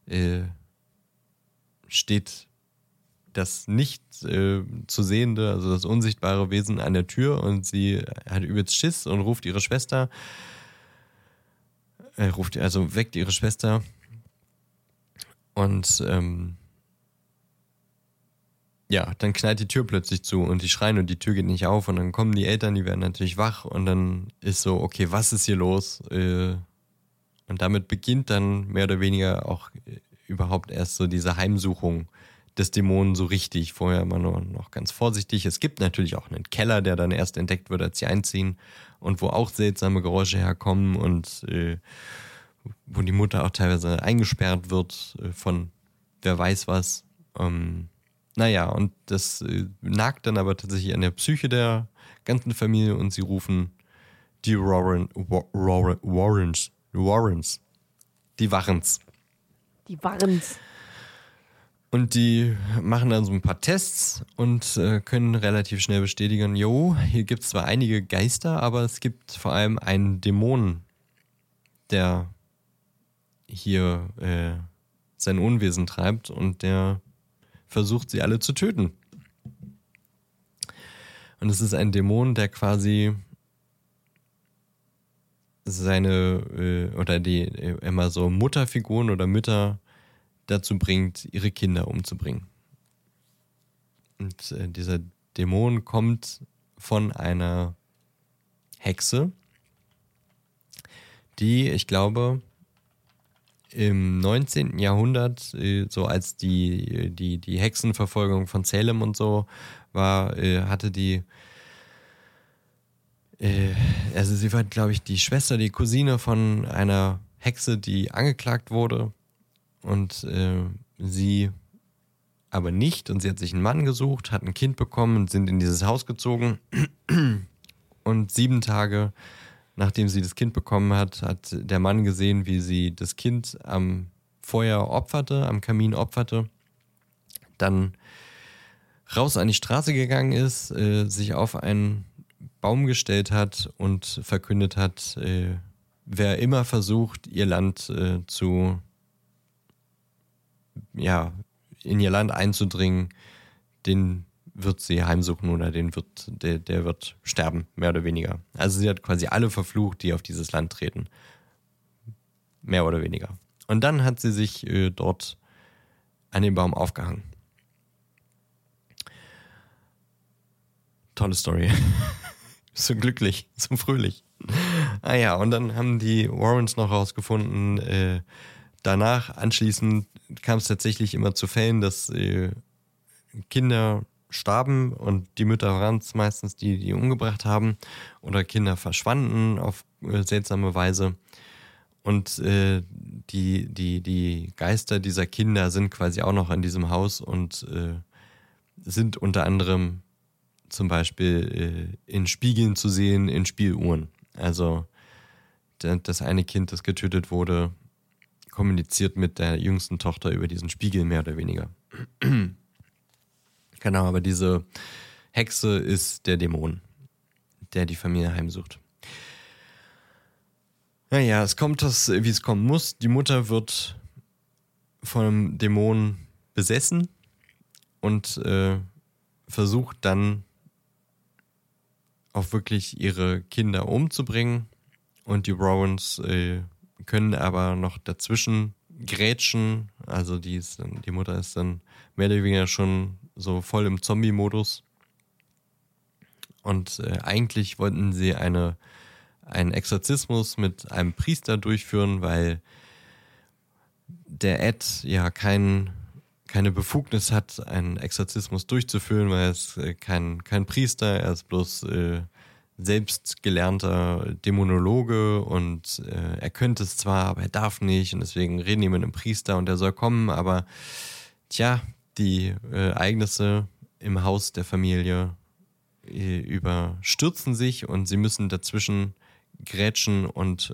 steht das nicht zu sehende, also das unsichtbare Wesen an der Tür und sie hat übelst Schiss und ruft ihre Schwester, weckt ihre Schwester und dann knallt die Tür plötzlich zu und die schreien und die Tür geht nicht auf und dann kommen die Eltern, die werden natürlich wach und dann ist so, okay, was ist hier los? Und damit beginnt dann mehr oder weniger auch überhaupt erst so diese Heimsuchung des Dämonen so richtig. Vorher immer nur noch ganz vorsichtig. Es gibt natürlich auch einen Keller, der dann erst entdeckt wird, als sie einziehen und wo auch seltsame Geräusche herkommen und wo die Mutter auch teilweise eingesperrt wird von wer weiß was. Und das nagt dann aber tatsächlich an der Psyche der ganzen Familie und sie rufen die Warrens. Die Warrens. Die Warrens. Und die machen dann so ein paar Tests und können relativ schnell bestätigen, hier gibt es zwar einige Geister, aber es gibt vor allem einen Dämon, der hier sein Unwesen treibt und der versucht, sie alle zu töten. Und es ist ein Dämon, der quasi immer so Mutterfiguren oder Mütter dazu bringt, ihre Kinder umzubringen. Und dieser Dämon kommt von einer Hexe, die, ich glaube, im 19. Jahrhundert, so als die Hexenverfolgung von Salem und so war, hatte die sie war, glaube ich, die Schwester, die Cousine von einer Hexe, die angeklagt wurde und sie aber nicht und sie hat sich einen Mann gesucht, hat ein Kind bekommen und sind in dieses Haus gezogen und 7 Tage nachdem sie das Kind bekommen hat, hat der Mann gesehen, wie sie das Kind am Feuer opferte, am Kamin opferte, dann raus an die Straße gegangen ist, sich auf einen Baum gestellt hat und verkündet hat, wer immer versucht, ihr Land in ihr Land einzudringen, den wird sie heimsuchen oder der wird sterben, mehr oder weniger. Also sie hat quasi alle verflucht, die auf dieses Land treten. Mehr oder weniger. Und dann hat sie sich dort an den Baum aufgehangen. Tolle Story. So glücklich, so fröhlich. Und dann haben die Warrens noch rausgefunden, anschließend kam es tatsächlich immer zu Fällen, dass Kinder starben und die Mütter waren es meistens, die umgebracht haben oder Kinder verschwanden auf seltsame Weise. Und die Geister dieser Kinder sind quasi auch noch in diesem Haus und sind unter anderem zum Beispiel in Spiegeln zu sehen, in Spieluhren. Also das eine Kind, das getötet wurde, kommuniziert mit der jüngsten Tochter über diesen Spiegel, mehr oder weniger. Genau, aber diese Hexe ist der Dämon, der die Familie heimsucht. Naja, es kommt das, wie es kommen muss. Die Mutter wird von einem Dämon besessen und versucht dann auch wirklich ihre Kinder umzubringen. Und die Warrens können aber noch dazwischen grätschen. Also die Mutter ist dann mehr oder weniger schon so voll im Zombie-Modus. Und eigentlich wollten sie einen Exorzismus mit einem Priester durchführen, weil der Ed ja keine Befugnis hat, einen Exorzismus durchzuführen, weil er ist kein Priester, er ist bloß selbst gelernter Dämonologe und er könnte es zwar, aber er darf nicht und deswegen reden die mit einem Priester und der soll kommen, aber die Ereignisse im Haus der Familie überstürzen sich und sie müssen dazwischen grätschen und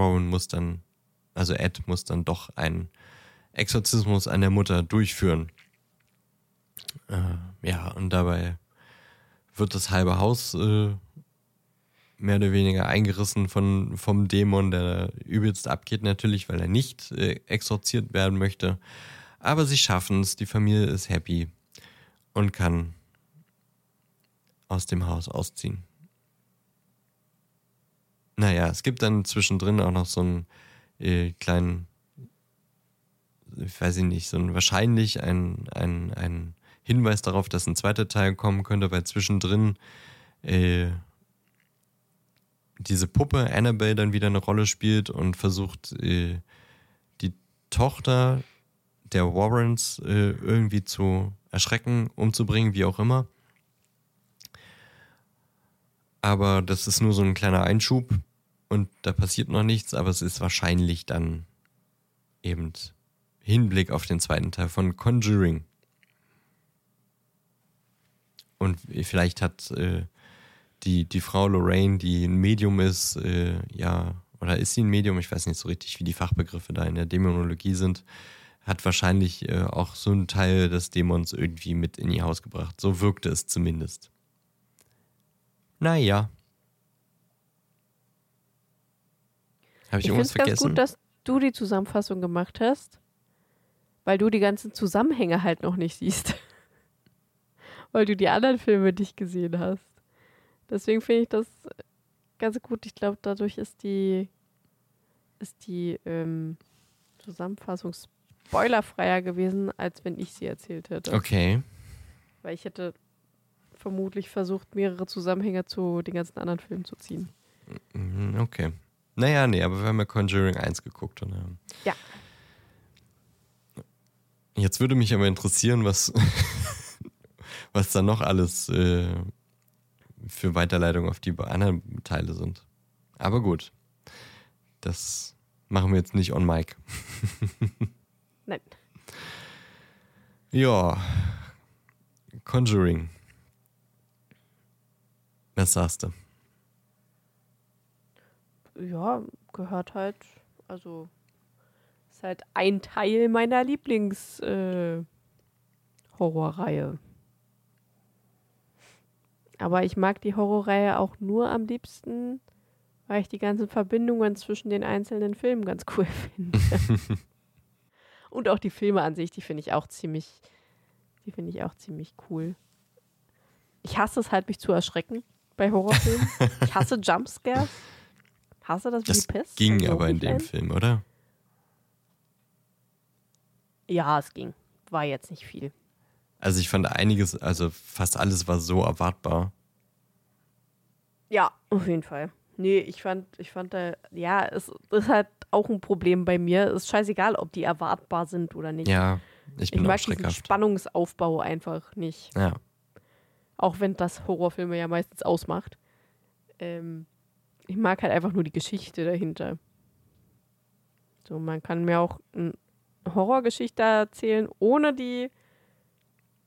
Ed muss dann doch einen Exorzismus an der Mutter durchführen. Und dabei wird das halbe Haus mehr oder weniger eingerissen vom Dämon, der übelst abgeht natürlich, weil er nicht exorziert werden möchte. Aber sie schaffen es, die Familie ist happy und kann aus dem Haus ausziehen. Naja, es gibt dann zwischendrin auch noch so einen kleinen, ich weiß nicht, wahrscheinlich ein Hinweis darauf, dass ein zweiter Teil kommen könnte, weil zwischendrin diese Puppe Annabelle dann wieder eine Rolle spielt und versucht, die Tochter der Warrens irgendwie zu erschrecken, umzubringen, wie auch immer. Aber das ist nur so ein kleiner Einschub und da passiert noch nichts, aber es ist wahrscheinlich dann eben Hinblick auf den zweiten Teil von Conjuring. Und vielleicht hat die Frau Lorraine, die ein Medium ist, oder ist sie ein Medium? Ich weiß nicht so richtig, wie die Fachbegriffe da in der Dämonologie sind. Hat wahrscheinlich auch so einen Teil des Dämons irgendwie mit in ihr Haus gebracht. So wirkte es zumindest. Naja. Habe ich irgendwas vergessen? Ich finde es ganz gut, dass du die Zusammenfassung gemacht hast, weil du die ganzen Zusammenhänge halt noch nicht siehst. Weil du die anderen Filme nicht gesehen hast. Deswegen finde ich das ganz gut. Ich glaube, dadurch ist die Zusammenfassung spoilerfreier gewesen, als wenn ich sie erzählt hätte. Okay. Weil ich hätte vermutlich versucht, mehrere Zusammenhänge zu den ganzen anderen Filmen zu ziehen. Okay. Naja, nee, aber wir haben ja Conjuring 1 geguckt. Und, ja. Jetzt würde mich aber interessieren, was da noch alles für Weiterleitung auf die anderen Teile sind. Aber gut. Das machen wir jetzt nicht on mic. Nein. Ja. Conjuring. Was sagst du? Ja, gehört halt, also ist halt ein Teil meiner Lieblings-Horrorreihe. Aber ich mag die Horrorreihe auch nur am liebsten, weil ich die ganzen Verbindungen zwischen den einzelnen Filmen ganz cool finde. Und auch die Filme an sich, die finde ich auch ziemlich cool. Ich hasse es halt, mich zu erschrecken bei Horrorfilmen. Ich hasse Jumpscares. Hasse das wie die Pest. Das ging aber in dem Film, oder? Ja, es ging. War jetzt nicht viel. Also ich fand einiges, also fast alles war so erwartbar. Ja, auf jeden Fall. Nee, ich fand ja, es ist halt auch ein Problem bei mir. Es ist scheißegal, ob die erwartbar sind oder nicht. Ja, ich mag diesen Spannungsaufbau einfach nicht. Ja. Auch wenn das Horrorfilme ja meistens ausmacht. Ich mag halt einfach nur die Geschichte dahinter. So, man kann mir auch eine Horrorgeschichte erzählen, ohne die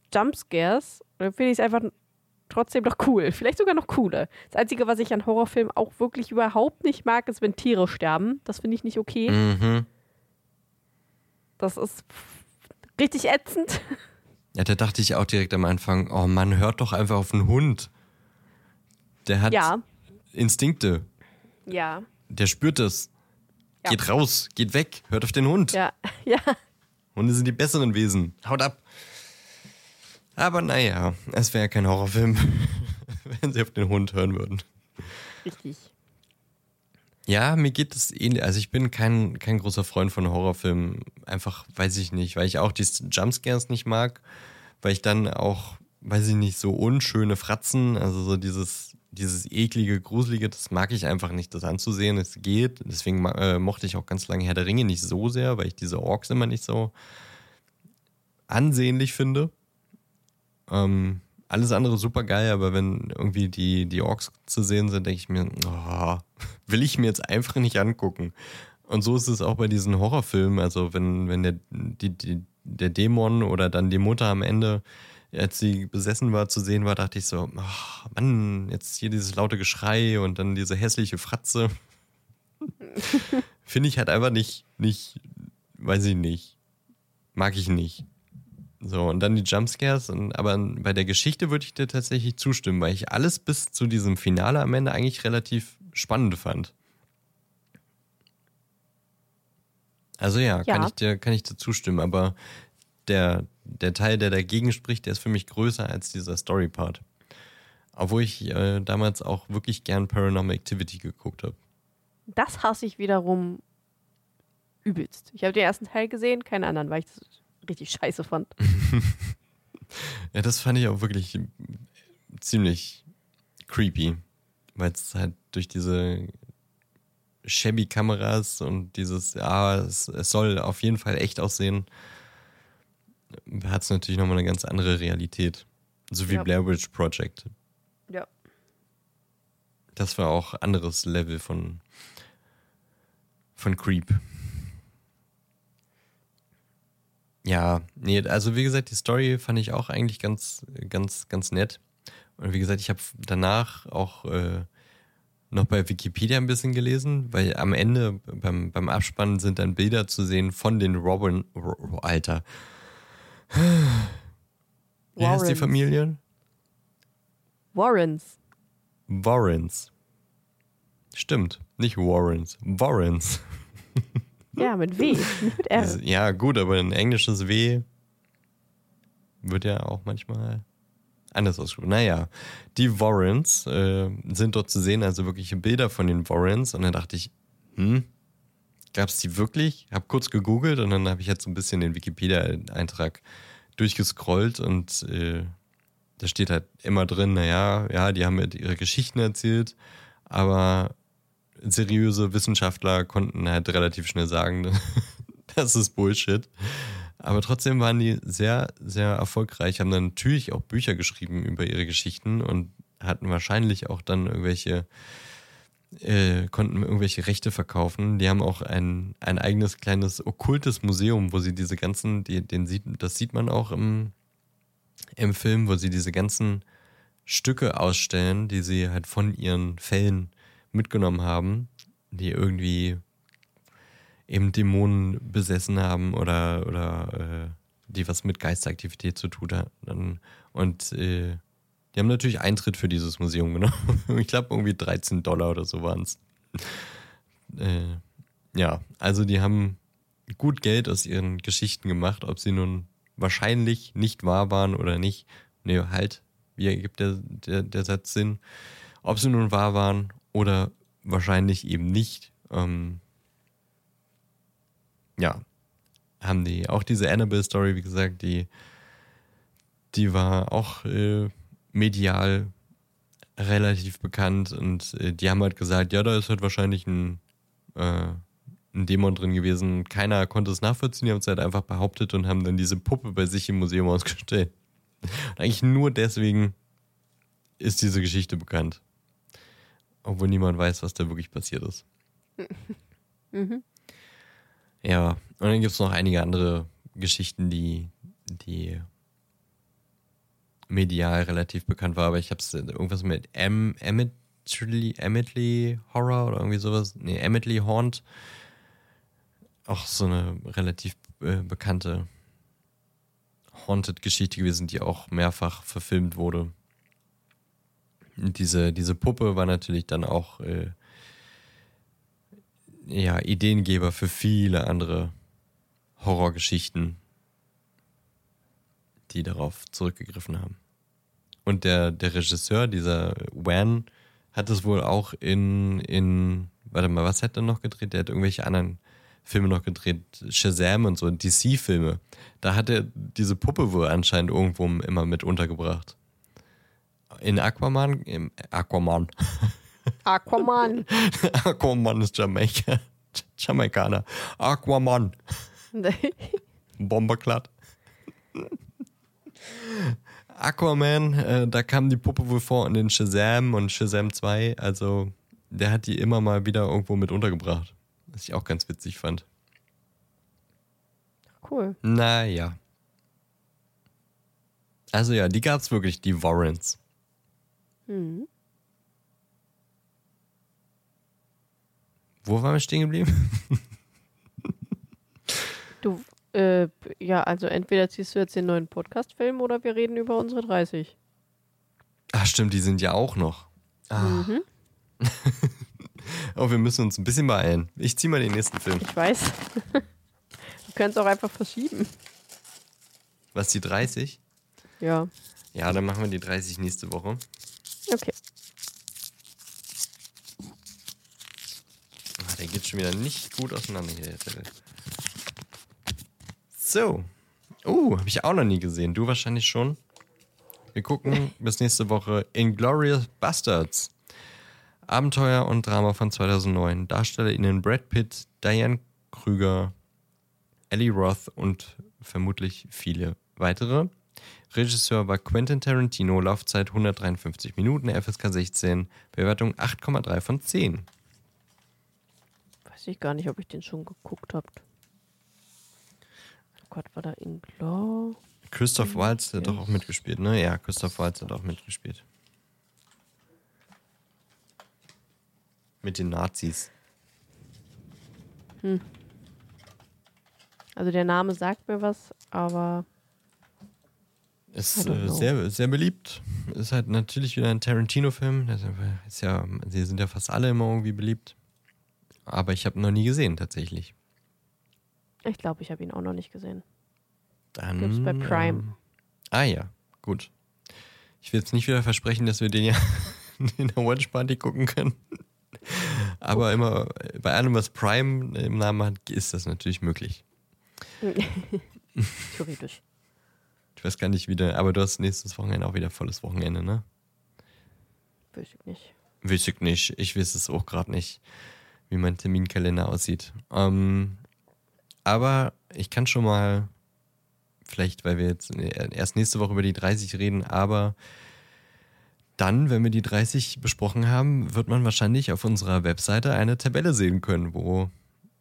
Jumpscares, dann finde ich es einfach trotzdem noch cool. Vielleicht sogar noch cooler. Das Einzige, was ich an Horrorfilmen auch wirklich überhaupt nicht mag, ist, wenn Tiere sterben. Das finde ich nicht okay. Mhm. Das ist richtig ätzend. Ja, da dachte ich auch direkt am Anfang, oh Mann, hört doch einfach auf den Hund. Der hat Ja. Instinkte. Ja. Der spürt es. Ja. Geht raus, geht weg, hört auf den Hund. Ja. Ja. Hunde sind die besseren Wesen. Haut ab. Aber naja, es wäre kein Horrorfilm, wenn sie auf den Hund hören würden. Richtig. Ja, mir geht es ähnlich. Also ich bin kein großer Freund von Horrorfilmen. Einfach, weiß ich nicht, weil ich auch die Jumpscares nicht mag. Weil ich dann auch, weiß ich nicht, so unschöne Fratzen, also so dieses eklige, gruselige, das mag ich einfach nicht, das anzusehen. Es geht. Deswegen mochte ich auch ganz lange Herr der Ringe nicht so sehr, weil ich diese Orks immer nicht so ansehnlich finde. Alles andere super geil, aber wenn irgendwie die Orks zu sehen sind, denke ich mir, will ich mir jetzt einfach nicht angucken. Und so ist es auch bei diesen Horrorfilmen. Also wenn der Dämon oder dann die Mutter am Ende, als sie besessen war, zu sehen war, dachte ich so, Mann, jetzt hier dieses laute Geschrei und dann diese hässliche Fratze. Finde ich halt einfach nicht, weiß ich nicht, mag ich nicht. So, und dann die Jumpscares, aber bei der Geschichte würde ich dir tatsächlich zustimmen, weil ich alles bis zu diesem Finale am Ende eigentlich relativ spannend fand. Also ja. Kann ich dir zustimmen, aber der Teil, der dagegen spricht, der ist für mich größer als dieser Story-Part. Obwohl ich damals auch wirklich gern Paranormal Activity geguckt habe. Das hasse ich wiederum übelst. Ich habe den ersten Teil gesehen, keinen anderen, weil ich das richtig scheiße fand. Ja, das fand ich auch wirklich ziemlich creepy, weil es halt durch diese shabby Kameras und dieses, es soll auf jeden Fall echt aussehen, hat es natürlich nochmal eine ganz andere Realität. So wie Blair Witch Project. Ja. Das war auch anderes Level von Creep. Ja, nee, also wie gesagt, die Story fand ich auch eigentlich ganz, ganz, ganz nett. Und wie gesagt, ich habe danach auch noch bei Wikipedia ein bisschen gelesen, weil am Ende beim Abspannen sind dann Bilder zu sehen von den Alter. Wie heißt die Familie? Warrens. Stimmt, nicht Warrens. Warrens. Ja, mit W, nicht mit R. Ja, gut, aber ein englisches W wird ja auch manchmal anders ausgesprochen. Naja, die Warrens sind dort zu sehen, also wirkliche Bilder von den Warrens. Und dann dachte ich, gab es die wirklich? Hab kurz gegoogelt und dann habe ich jetzt so ein bisschen den Wikipedia-Eintrag durchgescrollt und da steht halt immer drin, ja, die haben halt ihre Geschichten erzählt, aber seriöse Wissenschaftler konnten halt relativ schnell sagen, das ist Bullshit. Aber trotzdem waren die sehr, sehr erfolgreich, haben dann natürlich auch Bücher geschrieben über ihre Geschichten und hatten wahrscheinlich auch dann konnten irgendwelche Rechte verkaufen. Die haben auch ein eigenes kleines okkultes Museum, wo sie diese ganzen, das sieht man auch im Film, wo sie diese ganzen Stücke ausstellen, die sie halt von ihren Fällen mitgenommen haben, die irgendwie eben Dämonen besessen haben oder die was mit Geistaktivität zu tun hatten. Und die haben natürlich Eintritt für dieses Museum genommen. Ich glaube irgendwie $13 oder so waren es. Ja, also die haben gut Geld aus ihren Geschichten gemacht, ob sie nun wahrscheinlich nicht wahr waren oder nicht. Nee, halt, wie ergibt der Satz Sinn? Ob sie nun wahr waren oder wahrscheinlich eben nicht. Ja, haben die auch diese Annabelle-Story, wie gesagt, die war auch medial relativ bekannt und die haben halt gesagt, ja, da ist halt wahrscheinlich ein Dämon drin gewesen. Keiner konnte es nachvollziehen, die haben es halt einfach behauptet und haben dann diese Puppe bei sich im Museum ausgestellt. Und eigentlich nur deswegen ist diese Geschichte bekannt. Obwohl niemand weiß, was da wirklich passiert ist. Mhm. Ja, und dann gibt es noch einige andere Geschichten, die medial relativ bekannt war, aber ich habe es irgendwas mit Amityville Horror oder irgendwie sowas. Nee, Amityville Haunt. Auch so eine relativ bekannte Haunted-Geschichte gewesen, die auch mehrfach verfilmt wurde. Und diese Puppe war natürlich dann auch Ideengeber für viele andere Horrorgeschichten, die darauf zurückgegriffen haben. Und der Regisseur, dieser Wan, hat es wohl auch warte mal, was hat er noch gedreht? Der hat irgendwelche anderen Filme noch gedreht, Shazam und so, DC-Filme. Da hat er diese Puppe wohl anscheinend irgendwo immer mit untergebracht. In Aquaman. Aquaman. Aquaman ist Jamaikaner. Aquaman. Bomberklatt. Aquaman, da kam die Puppe wohl vor in den Shazam und Shazam 2. Also, der hat die immer mal wieder irgendwo mit untergebracht. Was ich auch ganz witzig fand. Cool. Naja. Also ja, die gab's wirklich, die Warrens. Mhm. Wo waren wir stehen geblieben? Du, also entweder ziehst du jetzt den neuen Podcast-Film oder wir reden über unsere 30. Ach stimmt, die sind ja auch noch. Mhm. Oh, wir müssen uns ein bisschen beeilen. Ich zieh mal den nächsten Film. Ich weiß. Wir können es auch einfach verschieben. Was, die 30? Ja. Ja, dann machen wir die 30 nächste Woche. Okay. Der geht schon wieder nicht gut auseinander hier, der Zettel. So. Habe ich auch noch nie gesehen. Du wahrscheinlich schon. Wir gucken bis nächste Woche Inglourious Basterds. Abenteuer und Drama von 2009. DarstellerInnen Brad Pitt, Diane Krüger, Eli Roth und vermutlich viele weitere. Regisseur war Quentin Tarantino, Laufzeit 153 Minuten, FSK 16, Bewertung 8,3 von 10. Weiß ich gar nicht, ob ich den schon geguckt habe. Oh Gott, war da Inglourious? Christoph Waltz hat doch auch mitgespielt, ne? Ja, Christoph Waltz hat auch mitgespielt. Mit den Nazis. Also der Name sagt mir was, aber Ist sehr, sehr beliebt. Ist halt natürlich wieder ein Tarantino-Film. Sie sind ja fast alle immer irgendwie beliebt. Aber ich habe ihn noch nie gesehen, tatsächlich. ich glaube, ich habe ihn auch noch nicht gesehen. Dann, Gibt's bei Prime. Ja, gut. Ich will jetzt nicht wieder versprechen, dass wir den ja in der Watch Party gucken können. Aber immer bei allem, was Prime im Namen hat, ist das natürlich möglich. Theoretisch. Ich weiß gar nicht wieder, aber du hast nächstes Wochenende auch wieder volles Wochenende, ne? Weiß ich nicht. Weiß ich nicht. Ich weiß es auch gerade nicht, wie mein Terminkalender aussieht. Aber ich kann schon mal, vielleicht, weil wir jetzt erst nächste Woche über die 30 reden, aber dann, wenn wir die 30 besprochen haben, wird man wahrscheinlich auf unserer Webseite eine Tabelle sehen können, wo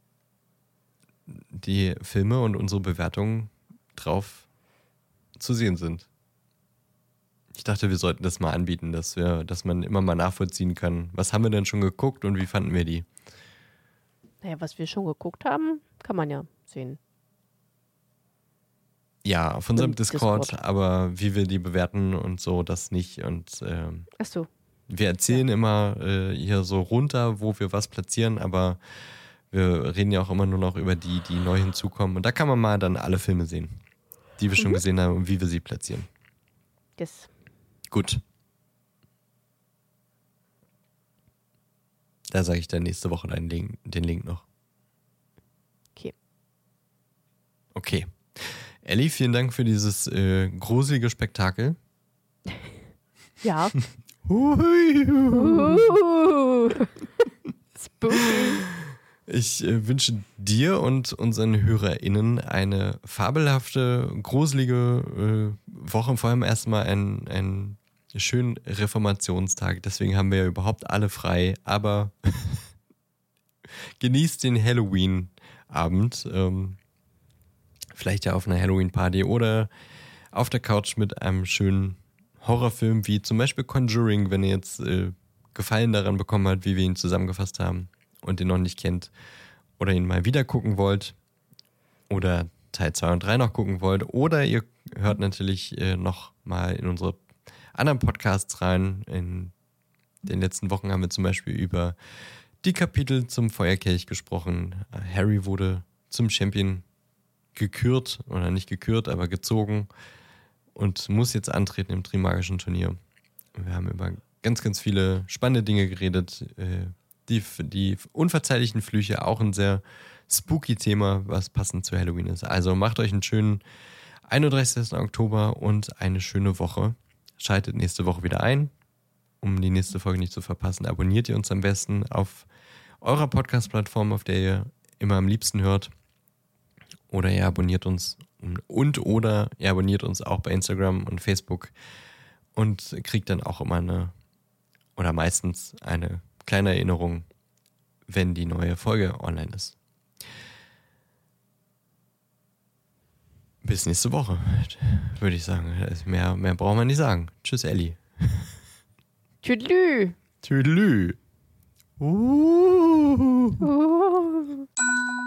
die Filme und unsere Bewertungen drauf zu sehen sind. Ich dachte, wir sollten das mal anbieten, dass man immer mal nachvollziehen kann. Was haben wir denn schon geguckt und wie fanden wir die? Naja, was wir schon geguckt haben, kann man ja sehen. Ja, auf unserem Im Discord, Discord. aber wie wir die bewerten und so, das nicht. Und Ach so. wir erzählen immer hier so runter, wo wir was platzieren, aber wir reden ja auch immer nur noch über die neu hinzukommen. Und da kann man mal dann alle Filme sehen, die wir schon gesehen haben und wie wir sie platzieren. Yes. Gut. Da sage ich dann nächste Woche den Link noch. Okay. Okay. Elli, vielen Dank für dieses gruselige Spektakel. Ja. Hui. Spooky. Ich wünsche dir und unseren HörerInnen eine fabelhafte, gruselige Woche. Vor allem erstmal einen schönen Reformationstag. Deswegen haben wir ja überhaupt alle frei. Aber genießt den Halloween-Abend. Vielleicht ja auf einer Halloween-Party oder auf der Couch mit einem schönen Horrorfilm wie zum Beispiel Conjuring, wenn ihr jetzt Gefallen daran bekommen habt, wie wir ihn zusammengefasst haben und ihn noch nicht kennt oder ihn mal wieder gucken wollt oder Teil 2 und 3 noch gucken wollt oder ihr hört natürlich noch mal in unsere anderen Podcasts rein. In den letzten Wochen haben wir zum Beispiel über die Kapitel zum Feuerkelch gesprochen. Harry wurde zum Champion gekürt, oder nicht gekürt, aber gezogen und muss jetzt antreten im Trimagischen Turnier. Wir haben über ganz, ganz viele spannende Dinge geredet. Die unverzeihlichen Flüche, auch ein sehr spooky Thema, was passend zu Halloween ist. Also macht euch einen schönen 31. Oktober und eine schöne Woche. Schaltet nächste Woche wieder ein, um die nächste Folge nicht zu verpassen. Abonniert ihr uns am besten auf eurer Podcast-Plattform, auf der ihr immer am liebsten hört. Oder ihr abonniert uns oder ihr abonniert uns auch bei Instagram und Facebook und kriegt dann auch immer meistens eine kleine Erinnerung, wenn die neue Folge online ist. Bis nächste Woche, würde ich sagen. Mehr braucht man nicht sagen. Tschüss, Elli. Tschüdelü. Tschüdelü.